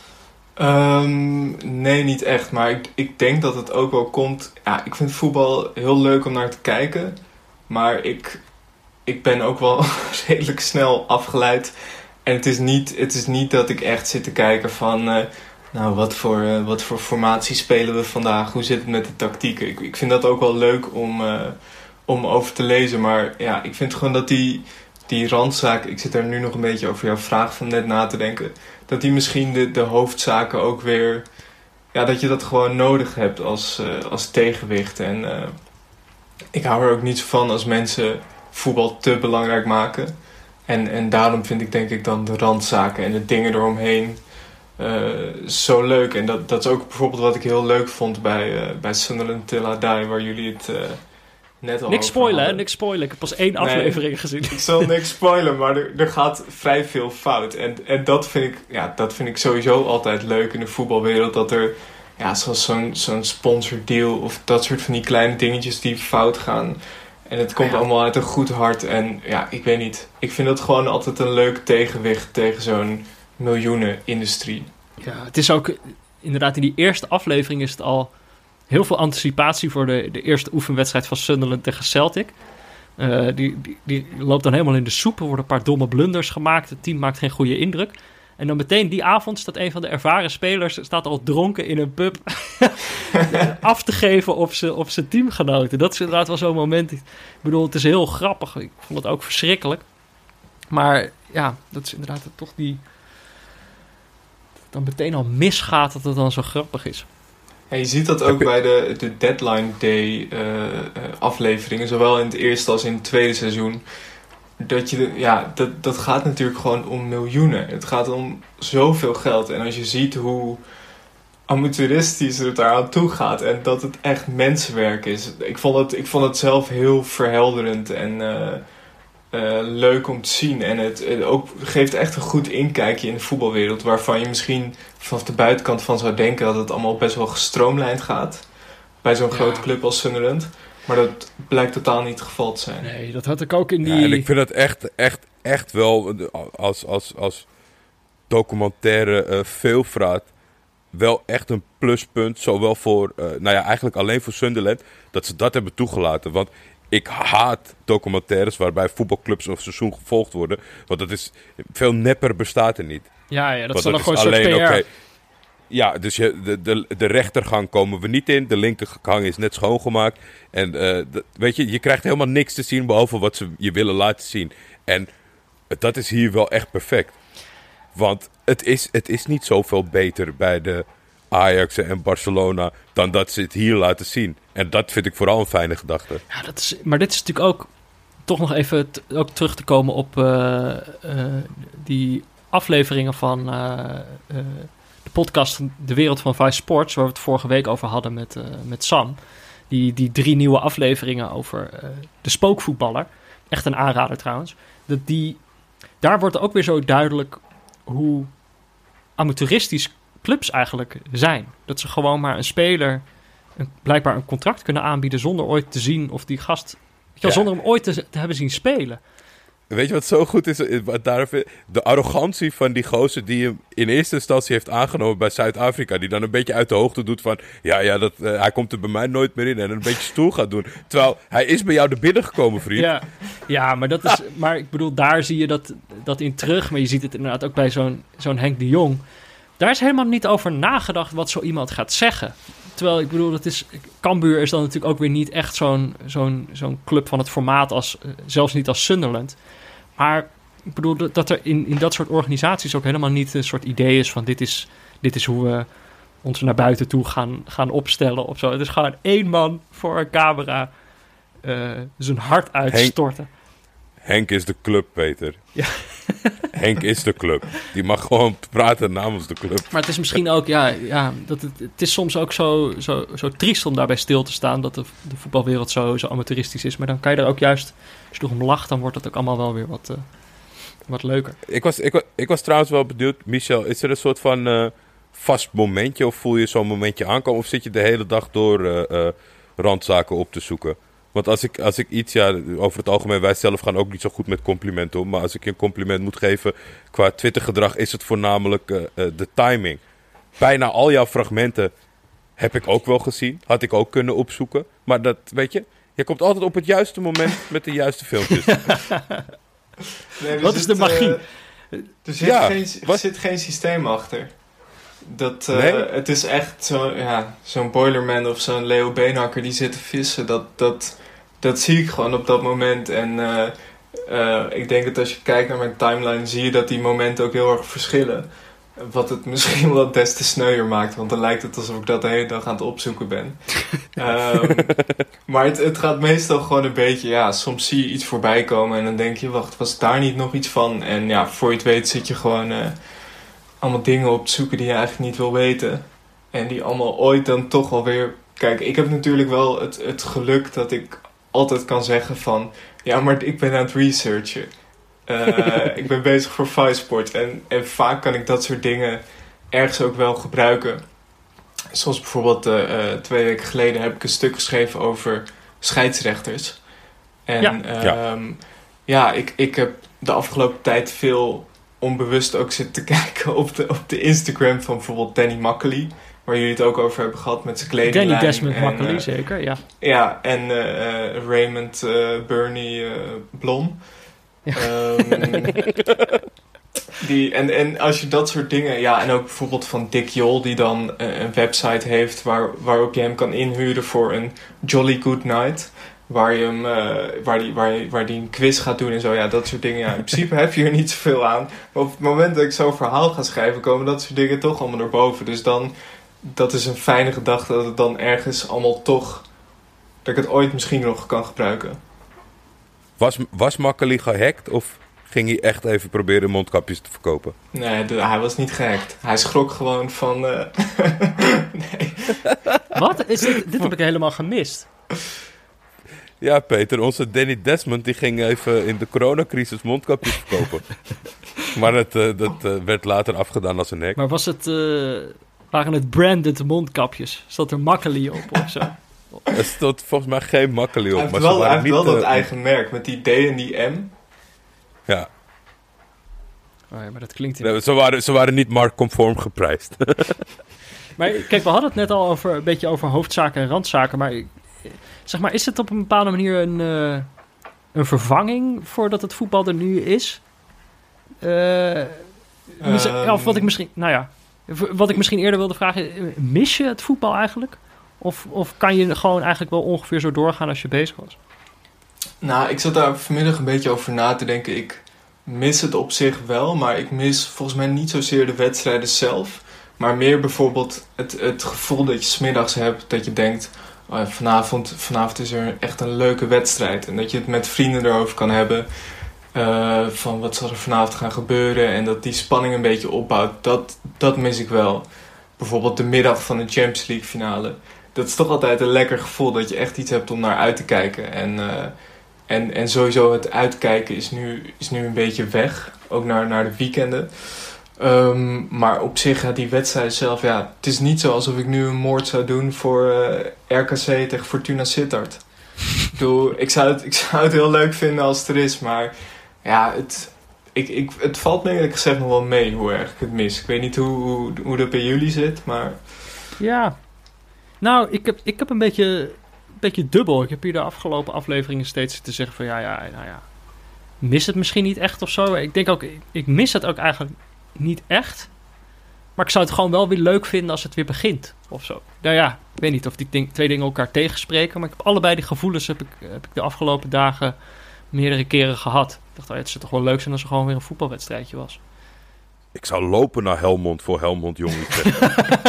Nee, niet echt. Maar ik denk dat het ook wel komt... Ja, ik vind voetbal heel leuk om naar te kijken. Maar ik ben ook wel redelijk snel afgeleid. En het is niet dat ik echt zit te kijken van... nou, wat voor formatie spelen we vandaag? Hoe zit het met de tactieken? Ik vind dat ook wel leuk om over te lezen. Maar ja, ik vind gewoon dat die randzaak... Ik zit er nu nog een beetje over jouw vraag van net na te denken... dat die misschien de hoofdzaken ook weer... Ja, dat je dat gewoon nodig hebt als tegenwicht. En ik hou er ook niet zo van als mensen voetbal te belangrijk maken. En daarom vind ik denk ik dan de randzaken en de dingen eromheen... zo leuk. En dat is ook bijvoorbeeld wat ik heel leuk vond bij Sunderland Till I Die, waar jullie het net al Niks over spoilen, hè? hadden. Niks spoilen. Ik heb pas 1 aflevering gezien. Ik zal niks spoilen, maar er gaat vrij veel fout. En dat vind ik sowieso altijd leuk in de voetbalwereld. Dat er, ja, zoals zo'n sponsordeal of dat soort van die kleine dingetjes die fout gaan. En het komt allemaal uit een goed hart. En ja, ik weet niet. Ik vind dat gewoon altijd een leuk tegenwicht tegen zo'n miljoenenindustrie. Ja, het is ook... Inderdaad, in die eerste aflevering is het al... heel veel anticipatie voor de eerste oefenwedstrijd van Sunderland tegen Celtic. Die loopt dan helemaal in de soep. Er worden een paar domme blunders gemaakt. Het team maakt geen goede indruk. En dan meteen die avond staat een van de ervaren spelers... staat al dronken in een pub... af te geven op zijn teamgenoten. Dat is inderdaad wel zo'n moment. Ik bedoel, het is heel grappig. Ik vond het ook verschrikkelijk. Maar ja, dat is inderdaad toch die... dan meteen al misgaat dat het dan zo grappig is. Ja, je ziet dat ook bij de Deadline Day afleveringen, zowel in het eerste als in het tweede seizoen. Dat gaat natuurlijk gewoon om miljoenen. Het gaat om zoveel geld. En als je ziet hoe amateuristisch het daar aan toe gaat en dat het echt mensenwerk is. Ik vond het zelf heel verhelderend en leuk om te zien. En het ook geeft echt een goed inkijkje in de voetbalwereld, waarvan je misschien vanaf de buitenkant van zou denken dat het allemaal best wel gestroomlijnd gaat bij zo'n grote club als Sunderland. Maar dat blijkt totaal niet het geval te zijn. Nee, dat had ik ook in die... Ja, en ik vind het echt wel als documentaire veelvraat wel echt een pluspunt. Zowel voor, eigenlijk alleen voor Sunderland, dat ze dat hebben toegelaten. Want ik haat documentaires waarbij voetbalclubs of seizoen gevolgd worden. Want dat is, veel nepper bestaat er niet. Ja, dat want is dan dat gewoon is een soort alleen PR. oké. Ja, dus de rechtergang komen we niet in. De linkergang is net schoongemaakt. En weet je krijgt helemaal niks te zien behalve wat ze je willen laten zien. En dat is hier wel echt perfect. Want het is niet zoveel beter bij de Ajax en Barcelona dan dat ze het hier laten zien. En dat vind ik vooral een fijne gedachte. Ja, maar dit is natuurlijk ook, toch nog even ook terug te komen op die afleveringen van de podcast De Wereld van Vice Sports, waar we het vorige week over hadden met Sam. Die 3 nieuwe afleveringen over de spookvoetballer. Echt een aanrader trouwens. Daar wordt ook weer zo duidelijk hoe amateuristisch clubs eigenlijk zijn. Dat ze gewoon maar een speler blijkbaar een contract kunnen aanbieden zonder ooit te zien of die gast... zonder hem ooit te hebben zien spelen. Weet je wat zo goed is? De arrogantie van die gozer die hem in eerste instantie heeft aangenomen bij Zuid-Afrika. Die dan een beetje uit de hoogte doet van... hij komt er bij mij nooit meer in. En een beetje stoel gaat doen. Terwijl hij is bij jou er binnengekomen, vriend. Ja, maar dat is... Maar ik bedoel, daar zie je dat in terug. Maar je ziet het inderdaad ook bij zo'n Henk de Jong. Daar is helemaal niet over nagedacht wat zo iemand gaat zeggen. Terwijl, ik bedoel, Cambuur is dan natuurlijk ook weer niet echt zo'n club van het formaat als... zelfs niet als Sunderland. Maar ik bedoel dat er in dat soort organisaties ook helemaal niet een soort idee is van... dit is hoe we ons naar buiten toe gaan opstellen of zo. Het is gewoon 1 man voor een camera zijn hart uitstorten. Henk is de club, Peter. Ja. Henk is de club. Die mag gewoon praten namens de club. Maar het is misschien ook, dat het is soms ook zo triest om daarbij stil te staan... dat de voetbalwereld zo amateuristisch is. Maar dan kan je er ook juist, als je erom lacht... dan wordt het ook allemaal wel weer wat leuker. Ik was trouwens wel benieuwd, Michel... is er een soort van vast momentje... of voel je zo'n momentje aankomen... of zit je de hele dag door randzaken op te zoeken... Want als ik iets, over het algemeen, wij zelf gaan ook niet zo goed met complimenten om. Maar als ik je een compliment moet geven qua Twitter-gedrag, is het voornamelijk de timing. Bijna al jouw fragmenten heb ik ook wel gezien. Had ik ook kunnen opzoeken. Maar dat, weet je komt altijd op het juiste moment met de juiste filmpjes. Wat is de magie? Er zit geen systeem achter. Het is echt zo'n Boilerman of zo'n Leo Beenhakker die zit te vissen. Dat zie ik gewoon op dat moment. En ik denk dat als je kijkt naar mijn timeline... zie je dat die momenten ook heel erg verschillen. Wat het misschien wel des te sneuier maakt. Want dan lijkt het alsof ik dat de hele dag aan het opzoeken ben. Maar het gaat meestal gewoon een beetje... soms zie je iets voorbij komen en dan denk je... wacht, was daar niet nog iets van? En voor je het weet zit je gewoon... allemaal dingen op te zoeken die je eigenlijk niet wil weten. En die allemaal ooit dan toch alweer... Kijk, ik heb natuurlijk wel het geluk dat ik altijd kan zeggen van... ja, maar ik ben aan het researchen. Ik ben bezig voor Viceport. En vaak kan ik dat soort dingen ergens ook wel gebruiken. Zoals bijvoorbeeld 2 weken geleden heb ik een stuk geschreven over scheidsrechters. En ik heb de afgelopen tijd veel... onbewust ook zit te kijken op de Instagram van bijvoorbeeld Danny Makkely. Waar jullie het ook over hebben gehad met zijn kledinglijn. Danny Desmond Makkely, zeker, ja. Ja, en Raymond Bernie Blom. Ja. En als je dat soort dingen... Ja, en ook bijvoorbeeld van Dick Jol... die dan een website heeft... waarop je hem kan inhuren voor een Jolly Good Night... Waar die een quiz gaat doen en zo. Ja, dat soort dingen. Ja, in principe heb je er niet zoveel aan. Maar op het moment dat ik zo'n verhaal ga schrijven... komen dat soort dingen toch allemaal naar boven. Dus dan... Dat is een fijne gedachte dat het dan ergens allemaal toch... dat ik het ooit misschien nog kan gebruiken. Was Makkely gehackt of ging hij echt even proberen mondkapjes te verkopen? Nee, hij was niet gehackt. Hij schrok gewoon van... Nee. Wat? Dit heb ik helemaal gemist. Ja, Peter, onze Danny Desmond die ging even in de coronacrisis mondkapjes verkopen. Maar dat werd later afgedaan als een hack. Maar waren het branded mondkapjes? Zat er Makkely op of zo? Er stond volgens mij geen Makkely op. Hij heeft wel dat eigen merk met die D en die M. Ja. Oh ja, maar dat klinkt... Ze waren niet marktconform geprijsd. Maar kijk, we hadden het net al een beetje over hoofdzaken en randzaken, maar... Zeg maar, is het op een bepaalde manier een vervanging voordat het voetbal er nu is? Of wat ik misschien... Nou ja. Wat ik misschien eerder wilde vragen, mis je het voetbal eigenlijk? Of kan je gewoon eigenlijk wel ongeveer zo doorgaan als je bezig was? Nou, ik zat daar vanmiddag een beetje over na te denken. Ik mis het op zich wel, maar ik mis volgens mij niet zozeer de wedstrijden zelf. Maar meer bijvoorbeeld het gevoel dat je 's middags hebt, dat je denkt... Oh ja, vanavond is er echt een leuke wedstrijd. En dat je het met vrienden erover kan hebben. Van wat zal er vanavond gaan gebeuren. En dat die spanning een beetje opbouwt. Dat mis ik wel. Bijvoorbeeld de middag van de Champions League finale. Dat is toch altijd een lekker gevoel. Dat je echt iets hebt om naar uit te kijken. En sowieso het uitkijken is nu een beetje weg. Ook naar de weekenden. Maar op zich, die wedstrijd zelf, het is niet zo alsof ik nu een moord zou doen voor RKC tegen Fortuna Sittard. Ik bedoel, ik zou het heel leuk vinden als het er is, maar het valt me eerlijk gezegd nog wel mee hoe erg ik het mis. Ik weet niet hoe dat bij jullie zit, maar... Ja, nou, ik heb een beetje dubbel. Ik heb hier de afgelopen afleveringen steeds zitten zeggen van mis het misschien niet echt of zo. Ik denk ook, ik mis het ook eigenlijk niet echt. Maar ik zou het gewoon wel weer leuk vinden als het weer begint of zo. Nou ja, ik weet niet of die twee dingen elkaar tegenspreken. Maar ik heb allebei die gevoelens heb ik de afgelopen dagen meerdere keren gehad. Ik dacht, het zou toch wel leuk zijn als er gewoon weer een voetbalwedstrijdje was. Ik zou lopen naar Helmond voor Helmond Jong Utrecht.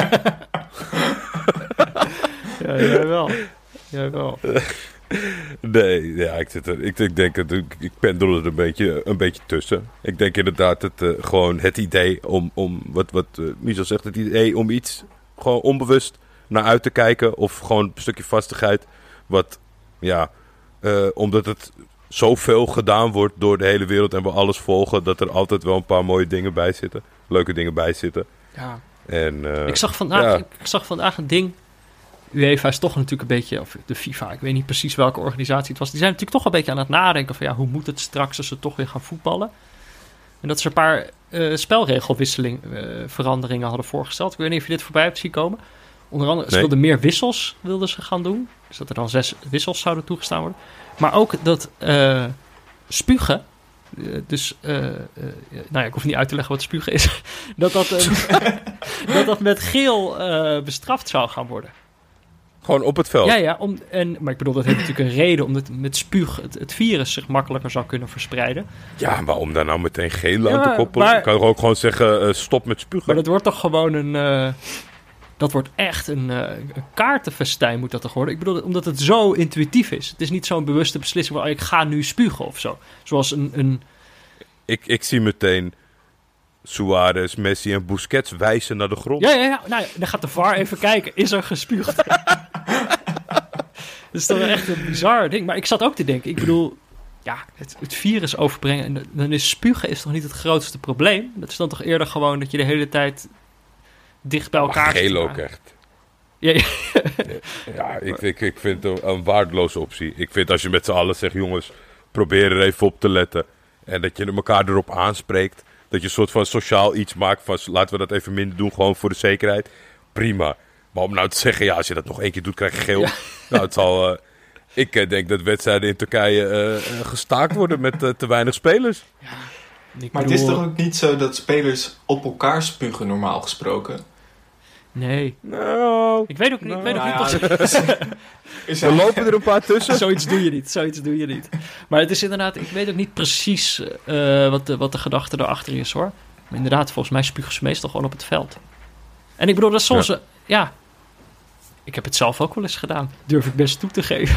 Ja, jij wel. Nee, ja, ik denk dat ik pendel er een beetje tussen. Ik denk inderdaad gewoon het idee om wat Michel zegt, het idee om iets gewoon onbewust naar uit te kijken of gewoon een stukje vastigheid. Wat, omdat het zoveel gedaan wordt door de hele wereld en we alles volgen, dat er altijd wel een paar mooie dingen bij zitten. Leuke dingen bij zitten. Ja. En, ik zag vandaag een ding. UEFA is toch natuurlijk een beetje, of de FIFA, ik weet niet precies welke organisatie het was. Die zijn natuurlijk toch een beetje aan het nadenken van hoe moet het straks als ze toch weer gaan voetballen. En dat ze een paar veranderingen hadden voorgesteld. Ik weet niet of je dit voorbij hebt zien komen. Onder andere, ze wilden meer wissels wilden ze gaan doen. Dus dat er dan 6 wissels zouden toegestaan worden. Maar ook dat spugen, ik hoef niet uit te leggen wat spugen is. dat met geel bestraft zou gaan worden. Gewoon op het veld? Ja, maar ik bedoel, dat heeft natuurlijk een reden, omdat met spuug het virus zich makkelijker zou kunnen verspreiden. Ja, maar om daar nou meteen geel aan te koppelen, kan je ook gewoon zeggen, stop met spugen. Maar dat wordt toch gewoon dat wordt echt een kaartenfestijn moet dat toch worden. Ik bedoel, omdat het zo intuïtief is. Het is niet zo'n bewuste beslissing van, ik ga nu spugen of zo. Zoals een... Ik zie meteen Suarez, Messi en Busquets wijzen naar de grond. Ja. Nou, dan gaat de VAR even kijken. Is er gespuugd? Dat is toch echt een bizar ding. Maar ik zat ook te denken. Ik bedoel, het virus overbrengen. En dan is spugen is toch niet het grootste probleem? Dat is dan toch eerder gewoon dat je de hele tijd dicht bij elkaar zit. Geel ook echt. Ja, ik vind het een waardeloze optie. Ik vind als je met z'n allen zegt, jongens, probeer er even op te letten. En dat je elkaar erop aanspreekt. Dat je een soort van sociaal iets maakt van, laten we dat even minder doen, gewoon voor de zekerheid. Prima. Maar om nou te zeggen, als je dat nog 1 keer doet, krijg je geel. Ja. Nou, het zal... ik denk dat wedstrijden in Turkije gestaakt worden met te weinig spelers. Ja. Maar het is toch ook niet zo dat spelers op elkaar spugen, normaal gesproken? Nee. Nou... Ik weet ook niet. Er lopen er een paar tussen. Zoiets doe je niet. Maar het is inderdaad... Ik weet ook niet precies wat de gedachte erachter is, hoor. Maar inderdaad, volgens mij spugen ze meestal gewoon op het veld. En ik bedoel, dat soms... Ik heb het zelf ook wel eens gedaan. Durf ik best toe te geven.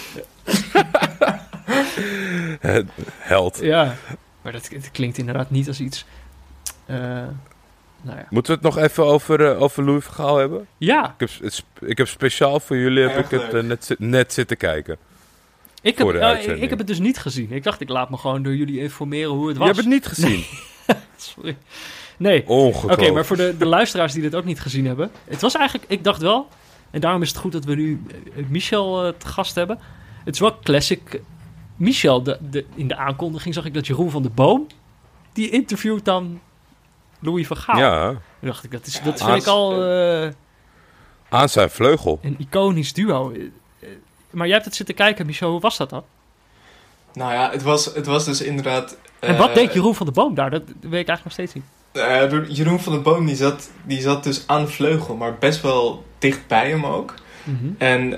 Held. Ja. Maar het klinkt inderdaad niet als iets... Moeten we het nog even over Louis van Gaal hebben? Ja. Ik heb speciaal voor jullie het net zitten kijken. Ik heb het dus niet gezien. Ik dacht, ik laat me gewoon door jullie informeren hoe het was. Je hebt het niet gezien? Nee. Sorry. Nee. Ongelooflijk. Oké, maar voor de luisteraars die dit ook niet gezien hebben. Het was eigenlijk, ik dacht wel... En daarom is het goed dat we nu Michel te gast hebben. Het is wel classic. Michel, in de aankondiging zag ik dat Jeroen van der Boom... die interviewt dan Louis van Gaal. Ja. Toen dacht ik, dat vind ik al... aan zijn vleugel. Een iconisch duo. Maar jij hebt het zitten kijken, Michel. Hoe was dat dan? Nou ja, het was dus inderdaad... En wat deed Jeroen van der Boom daar? Dat weet ik eigenlijk nog steeds niet. Jeroen van der Boom die zat dus aan de vleugel, maar best wel dicht bij hem ook. Mhm. En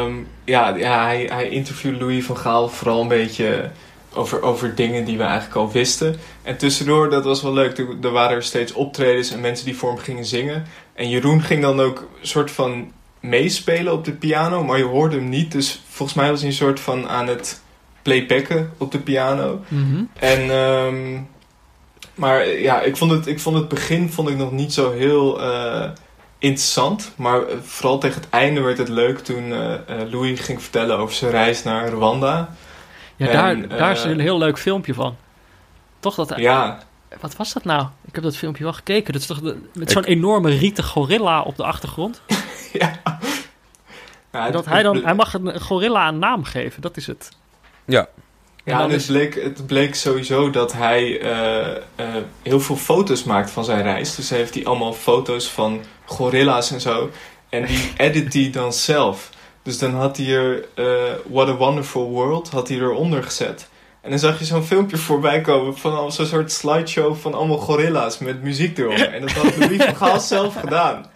hij interviewde Louis van Gaal vooral een beetje over dingen die we eigenlijk al wisten. En tussendoor, dat was wel leuk, er waren er steeds optredens en mensen die voor hem gingen zingen. En Jeroen ging dan ook een soort van meespelen op de piano, maar je hoorde hem niet. Dus volgens mij was hij een soort van aan het playbacken op de piano. Mhm. En, maar ja, ik vond het begin nog niet zo heel interessant. Maar vooral tegen het einde werd het leuk toen Louis ging vertellen over zijn reis naar Rwanda. Ja, En, daar is een heel leuk filmpje van. Toch dat... Ja, Wat was dat nou? Ik heb dat filmpje wel gekeken. Dat is toch met zo'n enorme rieten gorilla op de achtergrond? ja. Ja, Dat hij mag een gorilla een naam geven, dat is het. Ja. Ja, en het bleek sowieso dat hij heel veel foto's maakt van zijn reis. Dus heeft hij allemaal foto's van gorilla's en zo. En die edit hij dan zelf. Dus dan had hij er What a Wonderful World had hij eronder gezet. En dan zag je zo'n filmpje voorbij komen van zo'n soort slideshow van allemaal gorilla's met muziek eronder. En dat had Louis van Gaal zelf gedaan.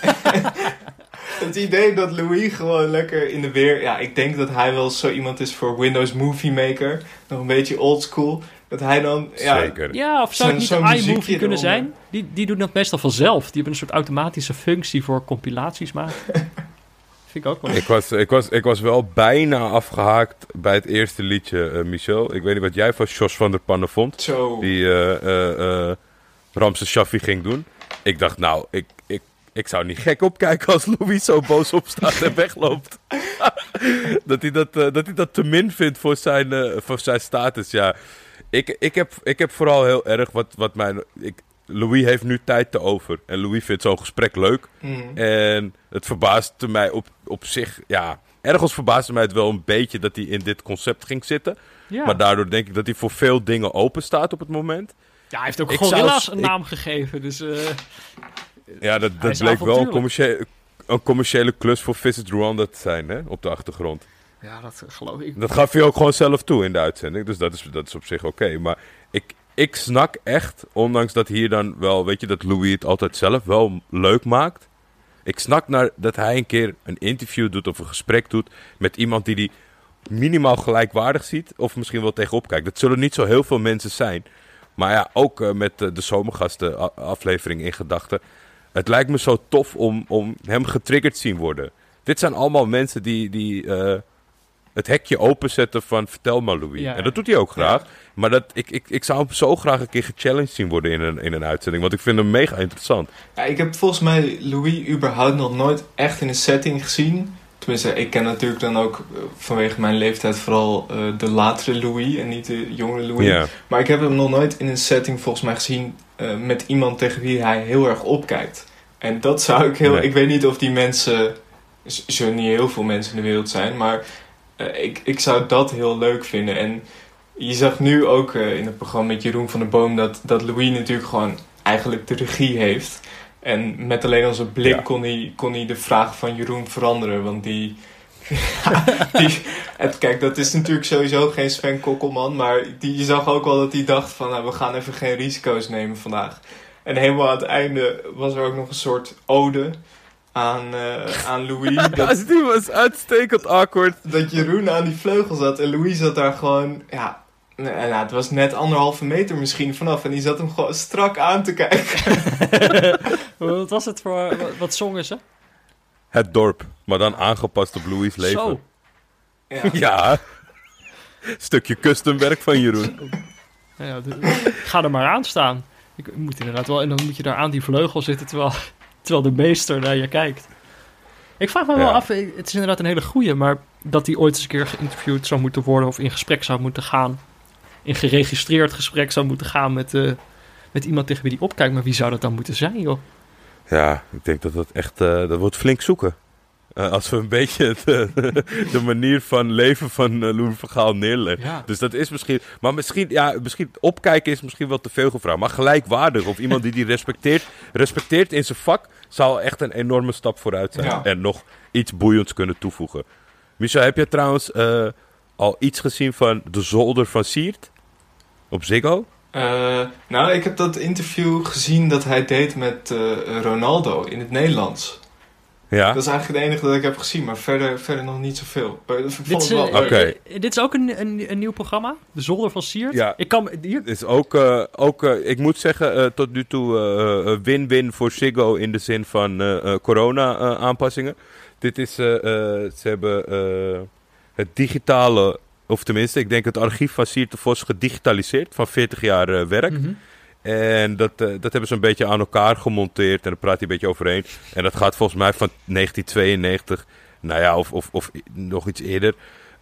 Het idee dat Louis gewoon lekker in de weer... Ja, ik denk dat hij wel zo iemand is voor Windows Movie Maker. Nog een beetje oldschool. Dat hij dan... Zeker. Ja, of zou het niet zo'n een muziekje iMovie kunnen eronder. zijn? Die doen dat meestal vanzelf. Die hebben een soort automatische functie voor compilaties maken. Vind ik ook wel. Ik was wel bijna afgehaakt bij het eerste liedje, Michel. Ik weet niet wat jij van Jos van der Pannen vond. Zo. Die Ramses Shaffi ging doen. Ik dacht, nou, ik zou niet gek opkijken als Louis zo boos opstaat en wegloopt. dat hij dat te min vindt voor zijn status, ja. Ik heb vooral heel erg wat mijn... Louis heeft nu tijd te over. En Louis vindt zo'n gesprek leuk. Mm. En het verbaasde mij op zich... Ja, ergens verbaasde mij het wel een beetje dat hij in dit concept ging zitten. Ja. Maar daardoor denk ik dat hij voor veel dingen open staat op het moment. Ja, hij heeft ook Ik gorilla's zou- een naam gegeven. Dus Ja, dat Hij is bleek wel avontuurlijk. een commerciële klus voor Visit Rwanda te zijn, hè, op de achtergrond. ja, dat geloof ik. Dat gaf je ook gewoon zelf toe in de uitzending. Dus dat is op zich oké. Maar ik snak echt, ondanks dat hier dan wel... Weet je, dat Louis het altijd zelf wel leuk maakt. Ik snak naar dat hij een keer een interview doet of een gesprek doet... met iemand die minimaal gelijkwaardig ziet... of misschien wel tegenop kijkt. Dat zullen niet zo heel veel mensen zijn. Maar ja, ook met de zomergasten aflevering in gedachten... Het lijkt me zo tof om hem getriggerd te zien worden. Dit zijn allemaal mensen die het hekje openzetten van vertel maar Louis. Ja, En dat doet hij ook graag. Maar ik zou hem zo graag een keer gechallenged zien worden in een uitzending. Want ik vind hem mega interessant. Ja, ik heb volgens mij Louis überhaupt nog nooit echt in een setting gezien. Tenminste, ik ken natuurlijk dan ook vanwege mijn leeftijd vooral de latere Louis en niet de jongere Louis. Ja. Maar ik heb hem nog nooit in een setting volgens mij gezien met iemand tegen wie hij heel erg opkijkt. En dat zou ik heel... Nee. Ik weet niet of die mensen... zullen niet heel veel mensen in de wereld zijn, maar ik zou dat heel leuk vinden. En je zag nu ook in het programma met Jeroen van der Boom dat Louis natuurlijk gewoon eigenlijk de regie heeft. En met alleen al zijn blik kon hij de vraag van Jeroen veranderen. Want kijk, dat is natuurlijk sowieso geen Sven Kokkelman. Maar je zag ook wel dat hij dacht van... Nou, we gaan even geen risico's nemen vandaag. En helemaal aan het einde was er ook nog een soort ode aan Louis. Die was uitstekend awkward. Dat Jeroen aan die vleugel zat. En Louis zat daar gewoon... Ja, nou, het was net 1,5 meter misschien vanaf. En die zat hem gewoon strak aan te kijken. Wat was het voor... Wat zongen ze? Het dorp, maar dan aangepast op Louis' leven. Zo. Ja. Ja. Stukje customwerk van Jeroen. Ja, ga er maar aan staan. Ik moet inderdaad wel... En dan moet je daar aan die vleugel zitten terwijl de meester naar je kijkt. Ik vraag me wel af... Het is inderdaad een hele goeie, maar... Dat hij ooit eens een keer geïnterviewd zou moeten worden... Of in gesprek zou moeten gaan... In geregistreerd gesprek zou moeten gaan met iemand tegen wie die opkijkt. Maar wie zou dat dan moeten zijn, joh? Ja, ik denk dat echt... dat wordt flink zoeken. Als we een beetje de manier van leven van Louis van Gaal neerleggen. Ja. Dus dat is misschien... Maar misschien opkijken is misschien wel te veel gevraagd. Maar gelijkwaardig of iemand die respecteert in zijn vak... zou echt een enorme stap vooruit zijn. Ja. En nog iets boeiends kunnen toevoegen. Michel, heb je trouwens al iets gezien van de zolder van Siert? Op Ziggo? Nou, ik heb dat interview gezien dat hij deed met Ronaldo in het Nederlands. Ja? Dat is eigenlijk het enige dat ik heb gezien, maar verder nog niet zoveel. Ik vond het wel leuk. Oké. Dit is ook een nieuw programma, De Zolder van Siert. Ja. Hier. Is ook ik moet zeggen, tot nu toe win-win voor Ziggo in de zin van corona-aanpassingen. Dit is, ze hebben het digitale, of tenminste, ik denk het archief van Siert de Vos gedigitaliseerd van 40 jaar werk. Mhm. En dat hebben ze een beetje aan elkaar gemonteerd en daar praat hij een beetje overheen. En dat gaat volgens mij van 1992, nou ja, of nog iets eerder.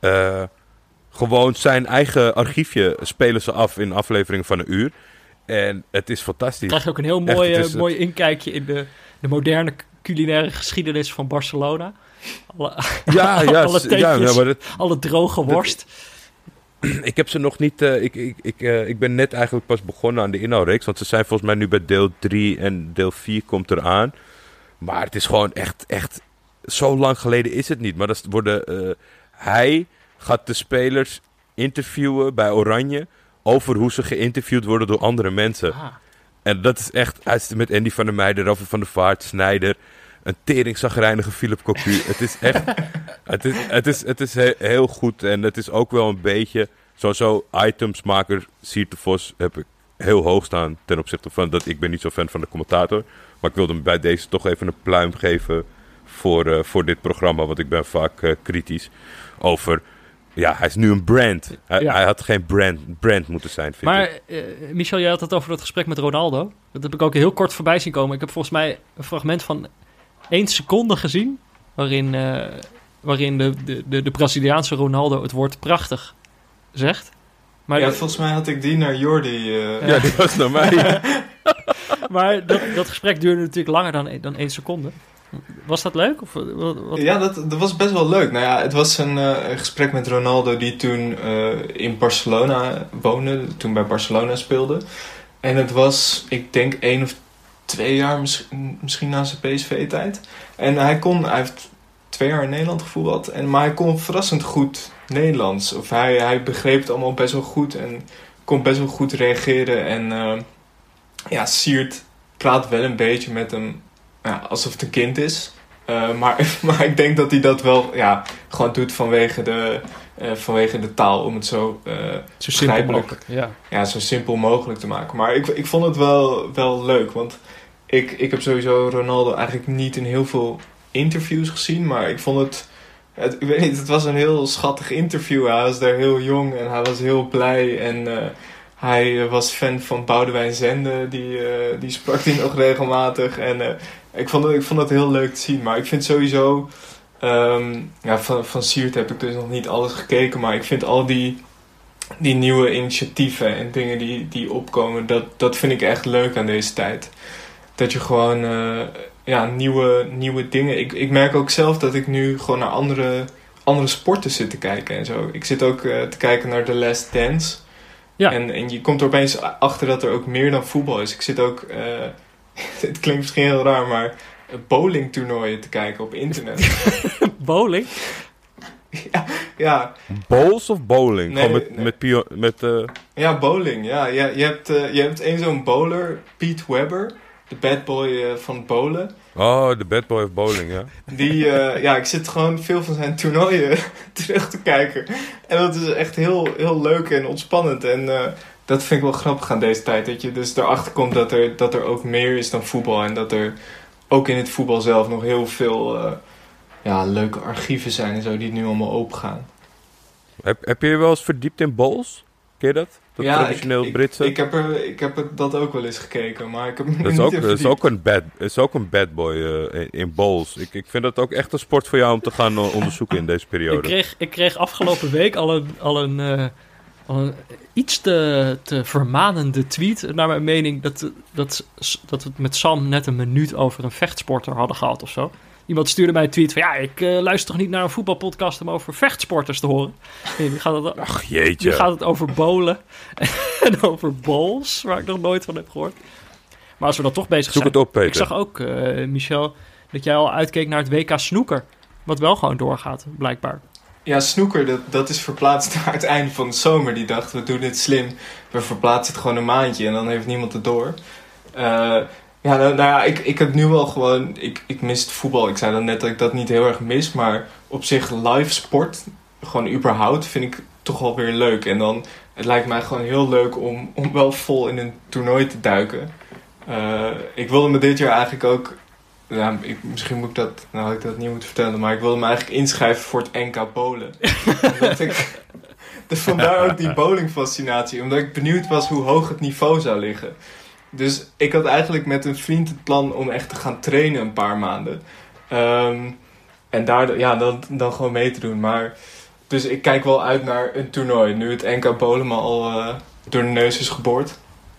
Gewoon zijn eigen archiefje spelen ze af in afleveringen van 1 uur. En het is fantastisch. Krijg je ook een heel mooi inkijkje in de moderne culinaire geschiedenis van Barcelona. Alle teentjes, alle droge worst. Ik heb ze nog niet... Ik ben net eigenlijk pas begonnen aan de inhaalreeks. Want ze zijn volgens mij nu bij deel 3 en deel 4 komt eraan. Maar het is gewoon echt... Zo lang geleden is het niet. Maar hij gaat de spelers interviewen bij Oranje... over hoe ze geïnterviewd worden door andere mensen. Ah. En dat is echt... Hij is met Andy van der Meijden, Rafa van der Vaart, Snijder... Een teringzagrijnige Philip Cocu. Het is echt... Het is heel goed. En het is ook wel een beetje... Sowieso itemsmaker Siert de Vos heb ik heel hoog staan... ten opzichte van dat ik ben niet zo fan van de commentator. Maar ik wilde hem bij deze toch even een pluim geven... voor dit programma. Want ik ben vaak kritisch over... Ja, hij is nu een brand. Hij had geen brand moeten zijn, vind ik. Maar Michel, jij had het over dat gesprek met Ronaldo. Dat heb ik ook heel kort voorbij zien komen. Ik heb volgens mij een fragment van 1 seconde gezien... waarin de Braziliaanse Ronaldo het woord prachtig zegt. Maar volgens mij had ik die naar Jordi. Ja, die was naar mij. Maar dat gesprek duurde natuurlijk langer dan 1 seconde. Was dat leuk? Of wat? Ja, dat was best wel leuk. Nou ja, het was een gesprek met Ronaldo die toen in Barcelona woonde. Toen bij Barcelona speelde. En het was, ik denk 1 of 2 jaar misschien na zijn PSV-tijd. En hij heeft 2 jaar in Nederland gevoetbald. Maar hij kon verrassend goed Nederlands. Of hij begreep het allemaal best wel goed. En kon best wel goed reageren. En Siert praat wel een beetje met hem... Ja, alsof het een kind is. Maar ik denk dat hij dat wel gewoon doet vanwege de taal. Om het zo simpel mogelijk. Ja, zo simpel mogelijk te maken. Maar ik vond het wel leuk. Want ik heb sowieso Ronaldo eigenlijk niet in heel veel interviews gezien. Maar ik vond ik weet niet, het was een heel schattig interview. Hij was daar heel jong en hij was heel blij. En hij was fan van Boudewijn Zende. Die sprak hij nog regelmatig. En ik vond het heel leuk te zien. Maar ik vind sowieso... van Siert heb ik dus nog niet alles gekeken. Maar ik vind al die nieuwe initiatieven en dingen die opkomen... Dat vind ik echt leuk aan deze tijd. Dat je gewoon nieuwe dingen... Ik merk ook zelf dat ik nu gewoon naar andere sporten zit te kijken en zo. Ik zit ook te kijken naar The Last Dance... Ja. En je komt er opeens achter dat er ook meer dan voetbal is. Ik zit ook, het klinkt misschien heel raar, maar bowlingtoernooien te kijken op internet. Bowling? Ja. Bowls of bowling? Nee, Gewoon Ja, bowling. Ja. Je hebt één zo'n bowler, Pete Webber, de bad boy van bowlen. Oh, de bad boy of bowling, ja. Ik zit gewoon veel van zijn toernooien terug te kijken. En dat is echt heel, heel leuk en ontspannend. En dat vind ik wel grappig aan deze tijd. Dat je dus erachter komt dat er ook meer is dan voetbal. En dat er ook in het voetbal zelf nog heel veel leuke archieven zijn en zo die nu allemaal open gaan. Heb je je wel eens verdiept in bowls? Ken je dat? Dat traditioneel Britse? Ik heb dat ook wel eens gekeken, maar ik heb me dat is ook een bad boy in bowls. Ik vind dat ook echt een sport voor jou om te gaan onderzoeken in deze periode. Ik kreeg afgelopen week al een iets te vermanende tweet naar mijn mening dat we met Sam net een minuut over een vechtsporter hadden gehad of zo. Iemand stuurde mij een tweet van... ik luister toch niet naar een voetbalpodcast om over vechtsporters te horen. Nee, nu gaat het over bowlen en over bowls, waar ik nog nooit van heb gehoord. Maar als we dan toch bezig zijn... Zoek het op, Peter. Ik zag ook, Michel, dat jij al uitkeek naar het WK snooker. Wat wel gewoon doorgaat, blijkbaar. Ja, snooker, dat is verplaatst naar het einde van de zomer. Die dacht, we doen dit slim. We verplaatsen het gewoon een maandje en dan heeft niemand het door. Ik heb nu wel gewoon... Ik mis het voetbal. Ik zei dan net dat ik dat niet heel erg mis. Maar op zich live sport, gewoon überhaupt, vind ik toch wel weer leuk. En dan, het lijkt mij gewoon heel leuk om wel vol in een toernooi te duiken. Ik wilde me dit jaar eigenlijk ook... Ja, misschien moet ik dat... Nou, had ik dat niet moeten vertellen. Maar ik wilde me eigenlijk inschrijven voor het NK bowlen. Omdat ik... Dus vandaar ook die bowlingfascinatie. Omdat ik benieuwd was hoe hoog het niveau zou liggen. Dus ik had eigenlijk met een vriend het plan om echt te gaan trainen een paar maanden. En daar dan gewoon mee te doen. Maar, dus ik kijk wel uit naar een toernooi. Nu het NK bowlen me al door de neus is geboord.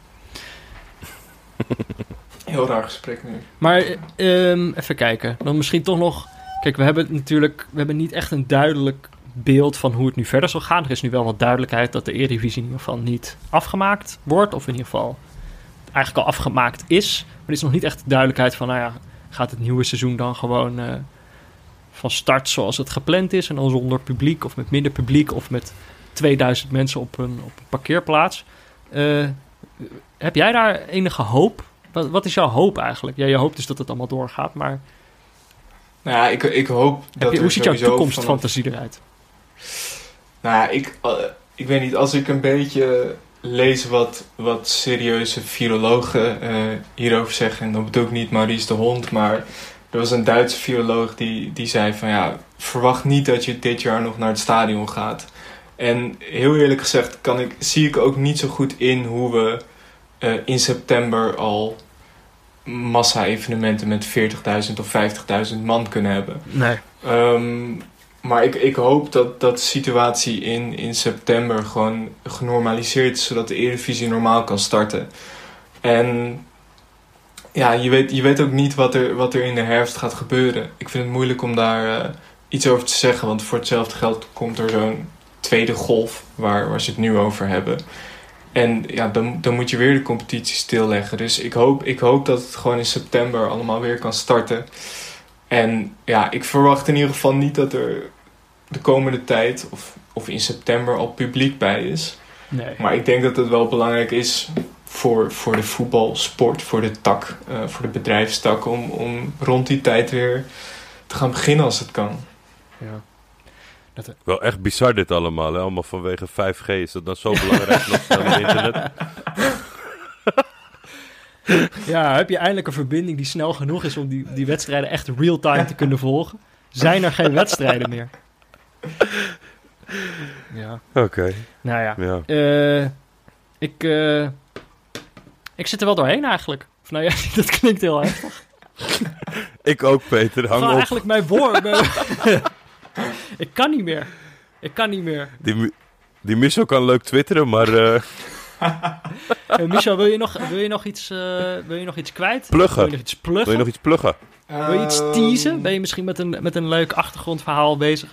Heel raar gesprek nu. Maar even kijken. Dan misschien toch nog... Kijk, we hebben niet echt een duidelijk beeld van hoe het nu verder zal gaan. Er is nu wel wat duidelijkheid dat de Eredivisie in ieder geval niet afgemaakt wordt. Of in ieder geval eigenlijk al afgemaakt is. Maar er is nog niet echt de duidelijkheid van... gaat het nieuwe seizoen dan gewoon van start zoals het gepland is. En dan zonder publiek of met minder publiek. Of met 2000 mensen op een parkeerplaats. Heb jij daar enige hoop? Wat is jouw hoop eigenlijk? Ja, je hoopt dus dat het allemaal doorgaat, maar... Nou ja, ik hoop dat hoe ziet jouw toekomstfantasie eruit? Nou ja, ik weet niet, als ik een beetje lees wat serieuze virologen hierover zeggen... en dat bedoel ik niet Maurice de Hond, maar er was een Duitse viroloog die zei van... ja, verwacht niet dat je dit jaar nog naar het stadion gaat. En heel eerlijk gezegd zie ik ook niet zo goed in hoe we... in september al massa-evenementen met 40.000 of 50.000 man kunnen hebben. Nee. Maar ik hoop dat de situatie in september gewoon genormaliseerd is, zodat de Eredivisie normaal kan starten. En ja, je weet ook niet wat er in de herfst gaat gebeuren. Ik vind het moeilijk om daar iets over te zeggen, want voor hetzelfde geld komt er zo'n tweede golf waar ze het nu over hebben. En ja, dan moet je weer de competitie stilleggen. Dus ik hoop dat het gewoon in september allemaal weer kan starten. En ja, ik verwacht in ieder geval niet dat er de komende tijd of in september al publiek bij is. Nee. Maar ik denk dat het wel belangrijk is voor de voetbalsport, voor de tak, voor de bedrijfstak... om rond die tijd weer te gaan beginnen als het kan. Ja. Wel echt bizar dit allemaal, hè? Allemaal vanwege 5G. Is dat dan zo belangrijk nog snel op internet? Ja, heb je eindelijk een verbinding die snel genoeg is om die wedstrijden echt real-time te kunnen volgen? Zijn er geen wedstrijden meer? Ja. Oké. Nou ja. Ja. Ik zit er wel doorheen eigenlijk. Of nou ja, dat klinkt heel heftig. Ik ook, Peter. Hang op. Eigenlijk mijn woord. Ik kan niet meer. Die Michel kan leuk twitteren, maar... Michel, wil je nog iets kwijt? Pluggen. Wil je nog iets pluggen? Wil je nog iets pluggen? Wil je iets teasen? Ben je misschien met een leuk achtergrondverhaal bezig?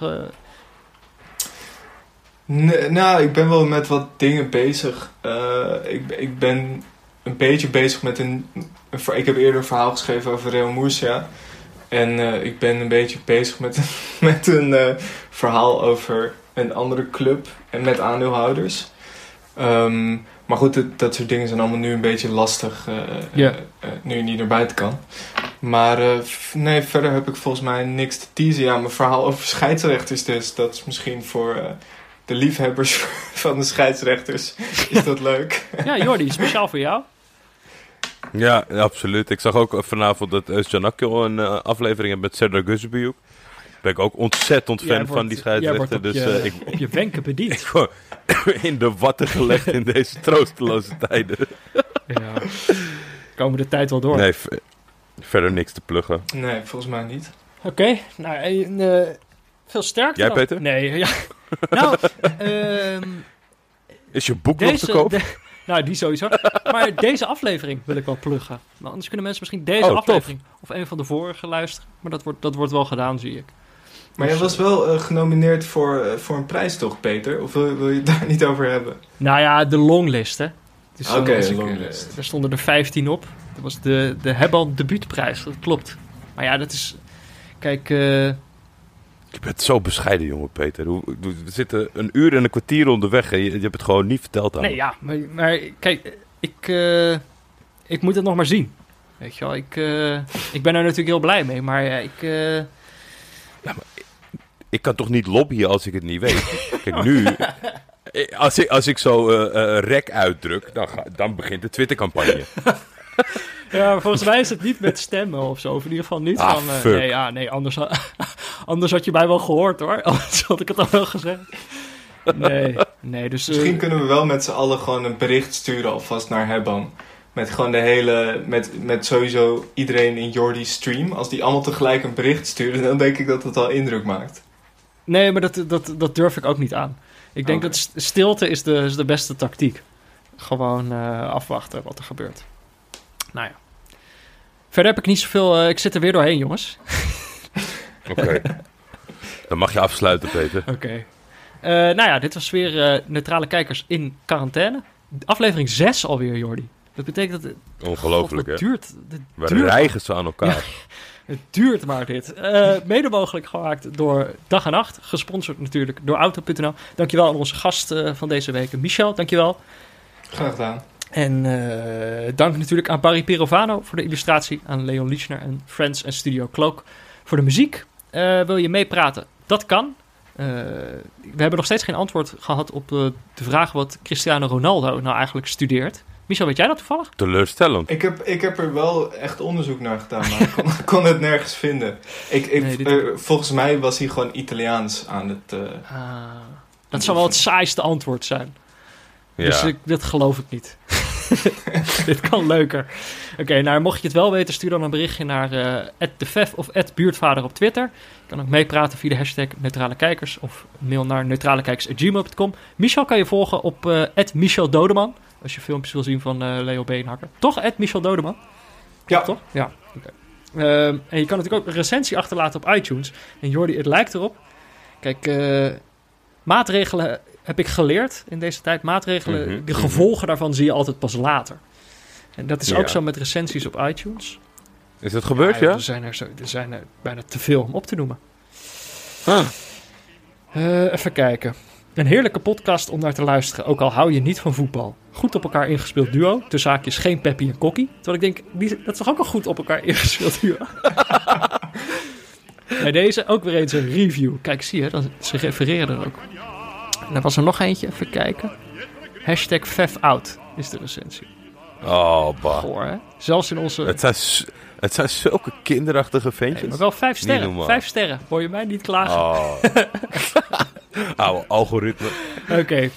Nou, ik ben wel met wat dingen bezig. Ik ben een beetje bezig met ik heb eerder een verhaal geschreven over Real Murcia. En ik ben een beetje bezig met een verhaal over een andere club en met aandeelhouders. Maar goed, dat soort dingen zijn allemaal nu een beetje lastig nu je niet naar buiten kan. Maar nee, verder heb ik volgens mij niks te teasen. Ja, mijn verhaal over scheidsrechters dus. Dat is misschien voor de liefhebbers van de scheidsrechters. Is dat leuk? Ja, Jordi, speciaal voor jou. Ja, absoluut. Ik zag ook vanavond dat Özcan Akgül een aflevering heeft met Serdar Gözübüyük. Ben ik ook ontzettend fan van die scheidsrechter. Dus op je wenken bediend. Ik word in de watten gelegd in deze troosteloze tijden. Ja. Komen de tijd wel door. Nee, verder niks te pluggen. Nee, volgens mij niet. Oké, nou, veel sterkte. Jij, dan. Peter? Nee, ja. Nou, is je boek nog te koop? Nou, die sowieso. Maar deze aflevering wil ik wel pluggen. Maar anders kunnen mensen misschien deze aflevering of een van de vorige luisteren. Maar dat wordt wel gedaan, zie ik. Maar jij was wel genomineerd voor een prijs toch, Peter? Of wil je het daar niet over hebben? Nou ja, de longlist, hè. Dus Oké, de longlist. Er stonden er 15 op. Dat was de Hebban debuutprijs, dat klopt. Maar ja, dat is... Kijk, Je bent zo bescheiden, jongen, Peter. We zitten een uur en een kwartier onderweg en je hebt het gewoon niet verteld aan Nee, me. ja, maar kijk, ik moet het nog maar zien. Weet je wel, ik ben er natuurlijk heel blij mee, maar Ik kan toch niet lobbyen als ik het niet weet? Kijk, nu... Als ik zo rek uitdruk, dan begint de Twittercampagne. Ja, volgens mij is het niet met stemmen of zo. Of in ieder geval niet van... fuck. Nee, anders had je mij wel gehoord, hoor. Anders had ik het al wel gezegd. Nee, dus... Misschien kunnen we wel met z'n allen gewoon een bericht sturen alvast naar Hebban. Met gewoon de hele... Met sowieso iedereen in Jordi's stream. Als die allemaal tegelijk een bericht sturen, dan denk ik dat het al indruk maakt. Nee, maar dat durf ik ook niet aan. Ik denk dat stilte is de beste tactiek. Gewoon afwachten wat er gebeurt. Nou ja. Verder heb ik niet zoveel... ik zit er weer doorheen, jongens. Oké. Dan mag je afsluiten, Peter. Oké. Nou ja, dit was weer Neutrale Kijkers in quarantaine. Aflevering 6 alweer, Jordi. Dat betekent dat... Ongelooflijk, hè? Het We rijgen ze aan elkaar. Ja, het duurt maar dit. Mede mogelijk gemaakt door Dag en Nacht. Gesponsord natuurlijk door Auto.nl. Dankjewel aan onze gast van deze week, Michel. Dankjewel. Graag gedaan. En dank natuurlijk aan Barry Pirovano voor de illustratie. Aan Leon Lichner en Friends en Studio Cloak voor de muziek. Wil je meepraten? Dat kan. We hebben nog steeds geen antwoord gehad op de vraag wat Cristiano Ronaldo nou eigenlijk studeert. Michel, weet jij dat toevallig? Teleurstellend. Ik heb er wel echt onderzoek naar gedaan, maar ik kon het nergens vinden. Volgens mij was hij gewoon Italiaans aan het... Dat zou wel het saaiste antwoord zijn. Ja. Dus dat geloof ik niet. Dit kan leuker. Oké, nou mocht je het wel weten, stuur dan een berichtje naar @defef of @buurtvader op Twitter. Je kan ook meepraten via de hashtag Neutrale Kijkers of mail naar neutralekijkers@gmail.com. Michel kan je volgen op @Michel_Dodeman. Als je filmpjes wil zien van Leo Beenhakker. Toch, Michel Dodeman? Ja. Toch? Ja, oké. En je kan natuurlijk ook een recensie achterlaten op iTunes. En Jordi, het lijkt erop. Kijk, maatregelen heb ik geleerd in deze tijd. Maatregelen, de gevolgen daarvan zie je altijd pas later. En dat is ook zo met recensies op iTunes. Is dat gebeurd, ja? Er zijn er bijna te veel om op te noemen. Even kijken. Een heerlijke podcast om naar te luisteren, ook al hou je niet van voetbal. Goed op elkaar ingespeeld duo. Tussen haakjes geen Peppy en Kokkie. Terwijl ik denk, dat is toch ook een goed op elkaar ingespeeld duo? Bij deze ook weer eens een review. Kijk, zie je, ze refereren er ook. En dan was er nog eentje, even kijken. #FefOut is de recensie. Oh, bah. Goor, hè? Zelfs in onze... Het zijn zulke kinderachtige ventjes. Nee, maar wel 5 sterren. 5 sterren. Hoor je mij niet klagen? Oh. Oude algoritme. Oké.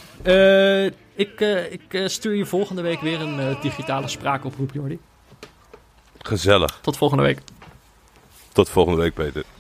Ik stuur je volgende week weer een digitale spraakoproep, Jordi. Gezellig. Tot volgende week. Tot volgende week, Peter.